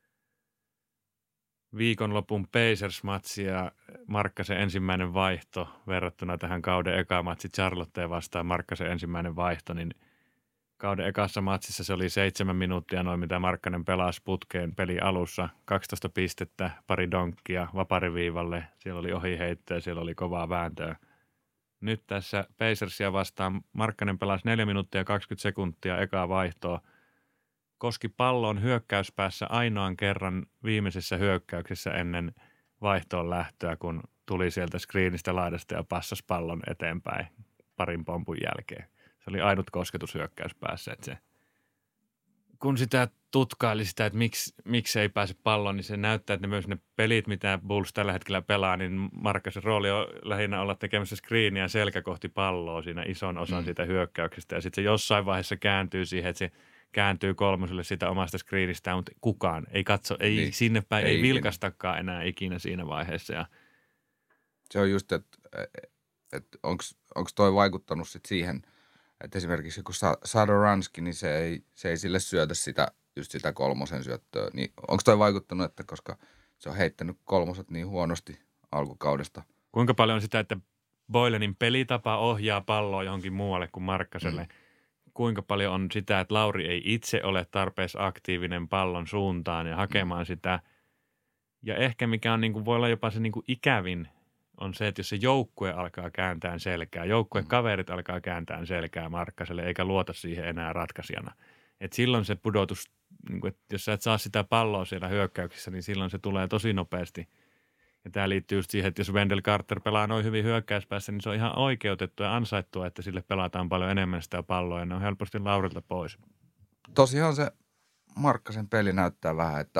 viikonlopun Pacers-matsia, Markkasen ensimmäinen vaihto verrattuna tähän kauden eka matsi Charlotteen vastaan Markkasen ensimmäinen vaihto, niin kauden ekassa matsissa se oli 7 minuuttia noin, mitä Markkanen pelasi putkeen peli alussa. 12 pistettä, pari donkkia vapariviivalle, siellä oli ohiheittoja, siellä oli kovaa vääntöä. Nyt tässä Pacersia vastaan Markkanen pelasi 4 minuuttia 20 sekuntia ekaa vaihtoa. Koski pallon hyökkäyspäässä ainoan kerran viimeisessä hyökkäyksessä ennen vaihtoon lähtöä, kun tuli sieltä screenistä laidasta ja passasi pallon eteenpäin parin pompun jälkeen. Se oli ainut kosketus hyökkäyspäässä. Että se, kun sitä tutkaili sitä, että miksi ei pääse palloon, niin se näyttää, että myös ne pelit, mitä Bulls tällä hetkellä pelaa, niin Markkasen rooli on lähinnä olla tekemässä screeniä selkä kohti palloa siinä ison osan siitä hyökkäyksestä. Ja sitten se jossain vaiheessa kääntyy siihen, että se kääntyy kolmoselle sitä omasta screenistä, mutta kukaan ei katso, ei niin, sinne päin, ei vilkastakaan enää ikinä siinä vaiheessa. Ja se on just, että onko toi vaikuttanut sit siihen, että esimerkiksi kun Satoranski, niin se ei sille syötä sitä kolmosen syöttöä. Niin onko toi vaikuttanut, että koska se on heittänyt kolmoset niin huonosti alkukaudesta? Kuinka paljon on sitä, että Boylenin pelitapa ohjaa palloa johonkin muualle kuin Markkaselle? Kuinka paljon on sitä, että Lauri ei itse ole tarpeeksi aktiivinen pallon suuntaan ja hakemaan sitä. Ja ehkä mikä on, niin kuin, voi olla jopa se niin kuin ikävin, on se, että jos se joukkue alkaa kääntää selkää, joukkuekaverit alkaa kääntää selkää Markkaselle, eikä luota siihen enää ratkaisijana. Et silloin se pudotus, niin kuin, että jos sä et saa sitä palloa siellä hyökkäyksissä, niin silloin se tulee tosi nopeasti. Ja tämä liittyy just siihen, että jos Wendell Carter pelaa noin hyvin hyökkäyspäässä, niin se on ihan oikeutettu ja ansaittua, että sille pelataan paljon enemmän sitä palloa ja ne on helposti Laurilta pois. Tosiaan se Markkasen peli näyttää vähän, että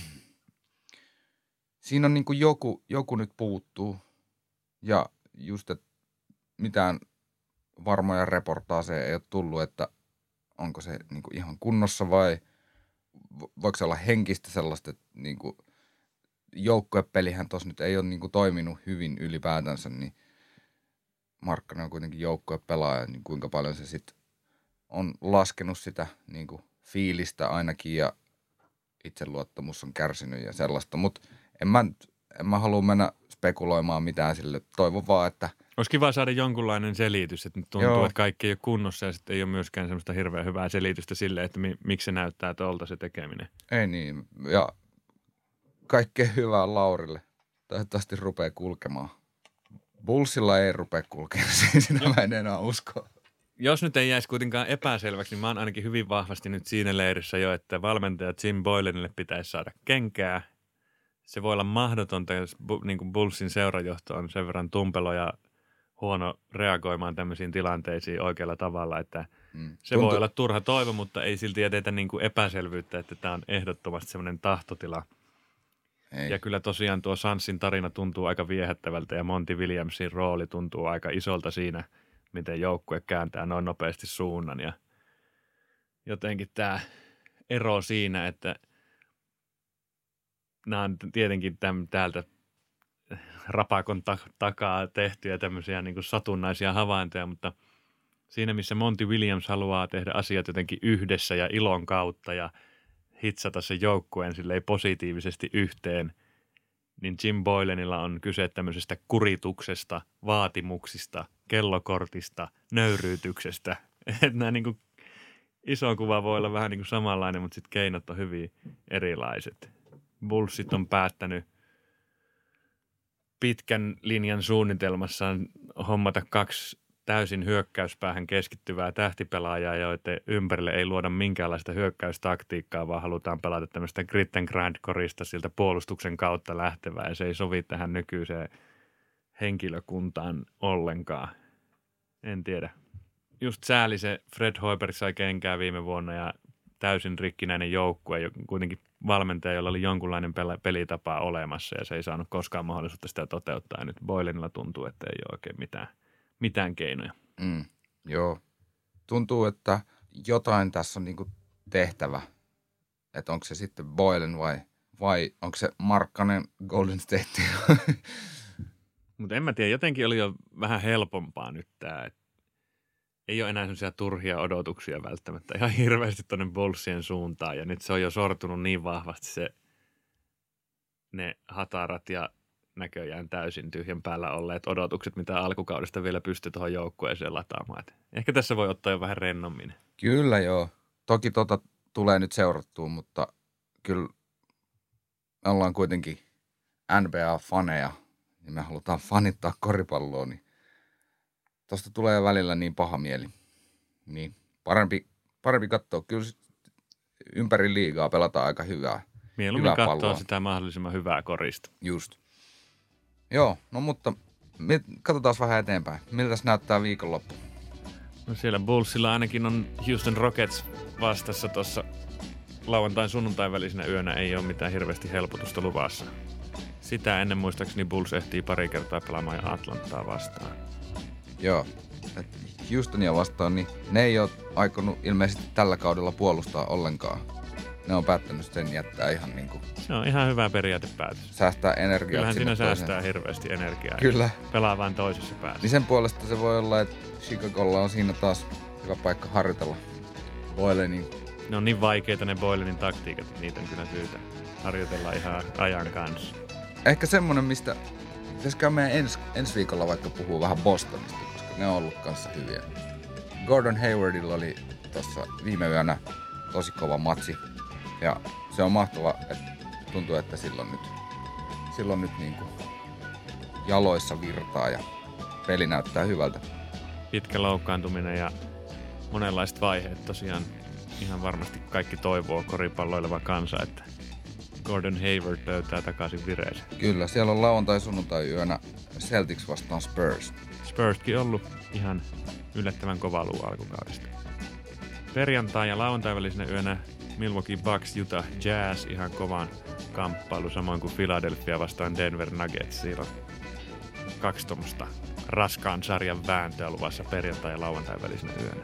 siinä on niin kuin joku nyt puuttuu ja just, että mitään varmoja reportaaseja ei ole tullut, että onko se niin kuin ihan kunnossa vai voiko se olla henkistä sellaista, että niin kuin joukkuepelihän tuossa nyt ei ole niin kuin toiminut hyvin ylipäätänsä, niin Markkanen on kuitenkin joukkuepelaaja, niin kuinka paljon se sitten on laskenut sitä niin kuin fiilistä ainakin ja itseluottamus on kärsinyt ja sellaista, mutta en mä halua mennä spekuloimaan mitään sille. Toivon vaan, että olisi kiva saada jonkunlainen selitys, että nyt tuntuu, että kaikki ei ole kunnossa ja sitten ei ole myöskään semmoista hirveän hyvää selitystä sille, että miksi se näyttää tuolta se tekeminen. Ei niin, ja kaikkea hyvää Laurille. Toivottavasti rupeaa kulkemaan. Bullsilla ei rupea kulkemaan, sitä mä en enää usko. Jos nyt ei jäisi kuitenkaan epäselväksi, niin mä oon ainakin hyvin vahvasti nyt siinä leirissä jo, että valmentaja Jim Boylenille pitäisi saada kenkää. Se voi olla mahdotonta, jos niin kuin Bullsin seurajohto on sen verran tumpelo ja huono reagoimaan tämmöisiin tilanteisiin oikealla tavalla, että se voi olla turha toivo, mutta ei silti jätetä niin kuin epäselvyyttä, että tämä on ehdottomasti semmoinen tahtotila Ei. Ja kyllä tosiaan tuo Sansin tarina tuntuu aika viehättävältä ja Monty Williamsin rooli tuntuu aika isolta siinä, miten joukkue kääntää noin nopeasti suunnan. Ja jotenkin tämä ero siinä, että nämä on tietenkin täältä rapakon takaa tehtyjä tämmöisiä niin kuin satunnaisia havaintoja, mutta siinä missä Monty Williams haluaa tehdä asiat jotenkin yhdessä ja ilon kautta ja hitsata sen joukkueen silleen positiivisesti yhteen, niin Jim Boylenilla on kyse tämmöisestä kurituksesta, vaatimuksista, kellokortista, nöyryytyksestä. Että nämä niin kuin iso kuva voi olla vähän niin kuin samanlainen, mutta sitten keinot on hyvin erilaiset. Bullsit on päättänyt pitkän linjan suunnitelmassaan hommata 2 täysin hyökkäyspäähän keskittyvää tähtipelaajaa, joiden ympärille ei luoda minkäänlaista hyökkäystaktiikkaa, vaan halutaan pelata tämmöistä grit and grind-korista siltä puolustuksen kautta lähtevää, ja se ei sovi tähän nykyiseen henkilökuntaan ollenkaan. En tiedä. Just sääli se Fred Hoiberg sai kenkää viime vuonna ja täysin rikkinäinen joukkue, kuitenkin valmentaja, jolla oli jonkunlainen pelitapa olemassa ja se ei saanut koskaan mahdollisuutta sitä toteuttaa. Ja nyt Boylenilla tuntuu, että ei ole oikein mitään keinoja. Joo. Tuntuu, että jotain tässä on niinku tehtävä. Että onko se sitten Boylen vai onko se Markkanen Golden State? Mutta en mä tiedä, jotenkin oli jo vähän helpompaa nyt tämä. Ei ole enää sellaisia turhia odotuksia välttämättä ihan hirveästi tuonne Bullsien suuntaan. Ja nyt se on jo sortunut niin vahvasti ne hatarat ja näköjään täysin tyhjän päällä olleet odotukset, mitä alkukaudesta vielä pystyy tuohon joukkueeseen lataamaan. Et ehkä tässä voi ottaa jo vähän rennommin. Kyllä joo. Toki tulee nyt seurattua, mutta kyllä me ollaan kuitenkin NBA-faneja ja me halutaan fanittaa koripalloa, niin tuosta tulee välillä niin paha mieli. Niin parempi katsoa. Kyllä ympäri liigaa pelataan aika hyvää. Mieluummin katsoa sitä mahdollisimman hyvää korista. Just. Joo, no mutta katsotaan vähän eteenpäin. Miltäs näyttää viikonloppu? No siellä Bullsilla ainakin on Houston Rockets vastassa tuossa lauantain sunnuntain välisenä yönä. Ei ole mitään hirveästi helpotusta luvassa. Sitä ennen muistaakseni Bulls ehtii pari kertaa pelaamaan Atlantaa vastaan. Joo, että Houstonia vastaan, niin ne ei ole aikonut ilmeisesti tällä kaudella puolustaa ollenkaan. Ne on päättänyt sen jättää ihan niin kuin... Se on ihan hyvä periaatepäätös. Säästää energiaa. Kyllähän siinä säästää hirveästi energiaa. Kyllä. Pelaa vain toisessa päässä. Niin sen puolesta se voi olla, että Chicagolla on siinä taas hyvä paikka harjoitella Boylenin. Ne on niin vaikeita ne Boylenin taktiikat, että niitä on kyllä syytä harjoitella ihan ajan kanssa. Ehkä semmonen, mistä pitäisikö meidän ensi viikolla vaikka puhua vähän Bostonista, koska ne on ollut kanssa hyviä. Gordon Haywardilla oli tuossa viime yönä tosi kova matsi. Ja se on mahtava, että tuntuu, että silloin nyt niin kuin jaloissa virtaa ja peli näyttää hyvältä. Pitkä loukkaantuminen ja monenlaiset vaiheet tosiaan. Ihan varmasti kaikki toivoo koripalloileva kansa, että Gordon Hayward löytää takaisin vireeseen. Kyllä, siellä on lauantai-sunnuntai yönä Celtics vastaan Spurs. Spurskin ollut ihan yllättävän kova luu alkukaudesta. Perjantai- ja lauantai välisenä yönä Milwaukee Bucks, Utah Jazz, ihan kovan kamppailu, samoin kuin Philadelphia vastaan Denver Nuggets. Siellä on 2 tuommoista raskaan sarjan vääntöä luvassa perjantai- ja lauantai välisenä yönä.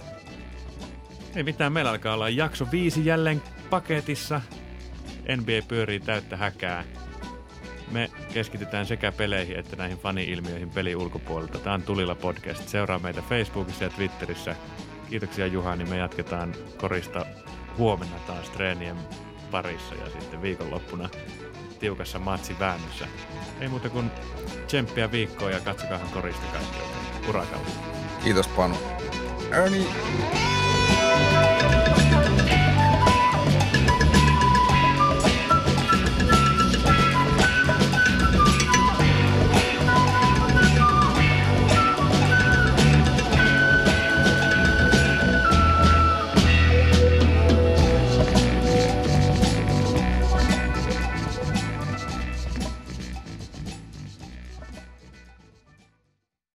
Ei mitään, meillä alkaa olla jakso 5 jälleen paketissa. NBA pyörii täyttä häkää. Me keskitytään sekä peleihin että näihin fani-ilmiöihin pelin ulkopuolelta. Tämä on Tulilla podcast. Seuraa meitä Facebookissa ja Twitterissä. Kiitoksia Juha, niin me jatketaan korista huomenna taas treenien parissa ja sitten viikonloppuna tiukassa matsiväännössä. Ei muuta kuin tsemppiä viikkoon ja katsokaahan korista kaikki oikein. Urakalla. Kiitos Panu. Ernie!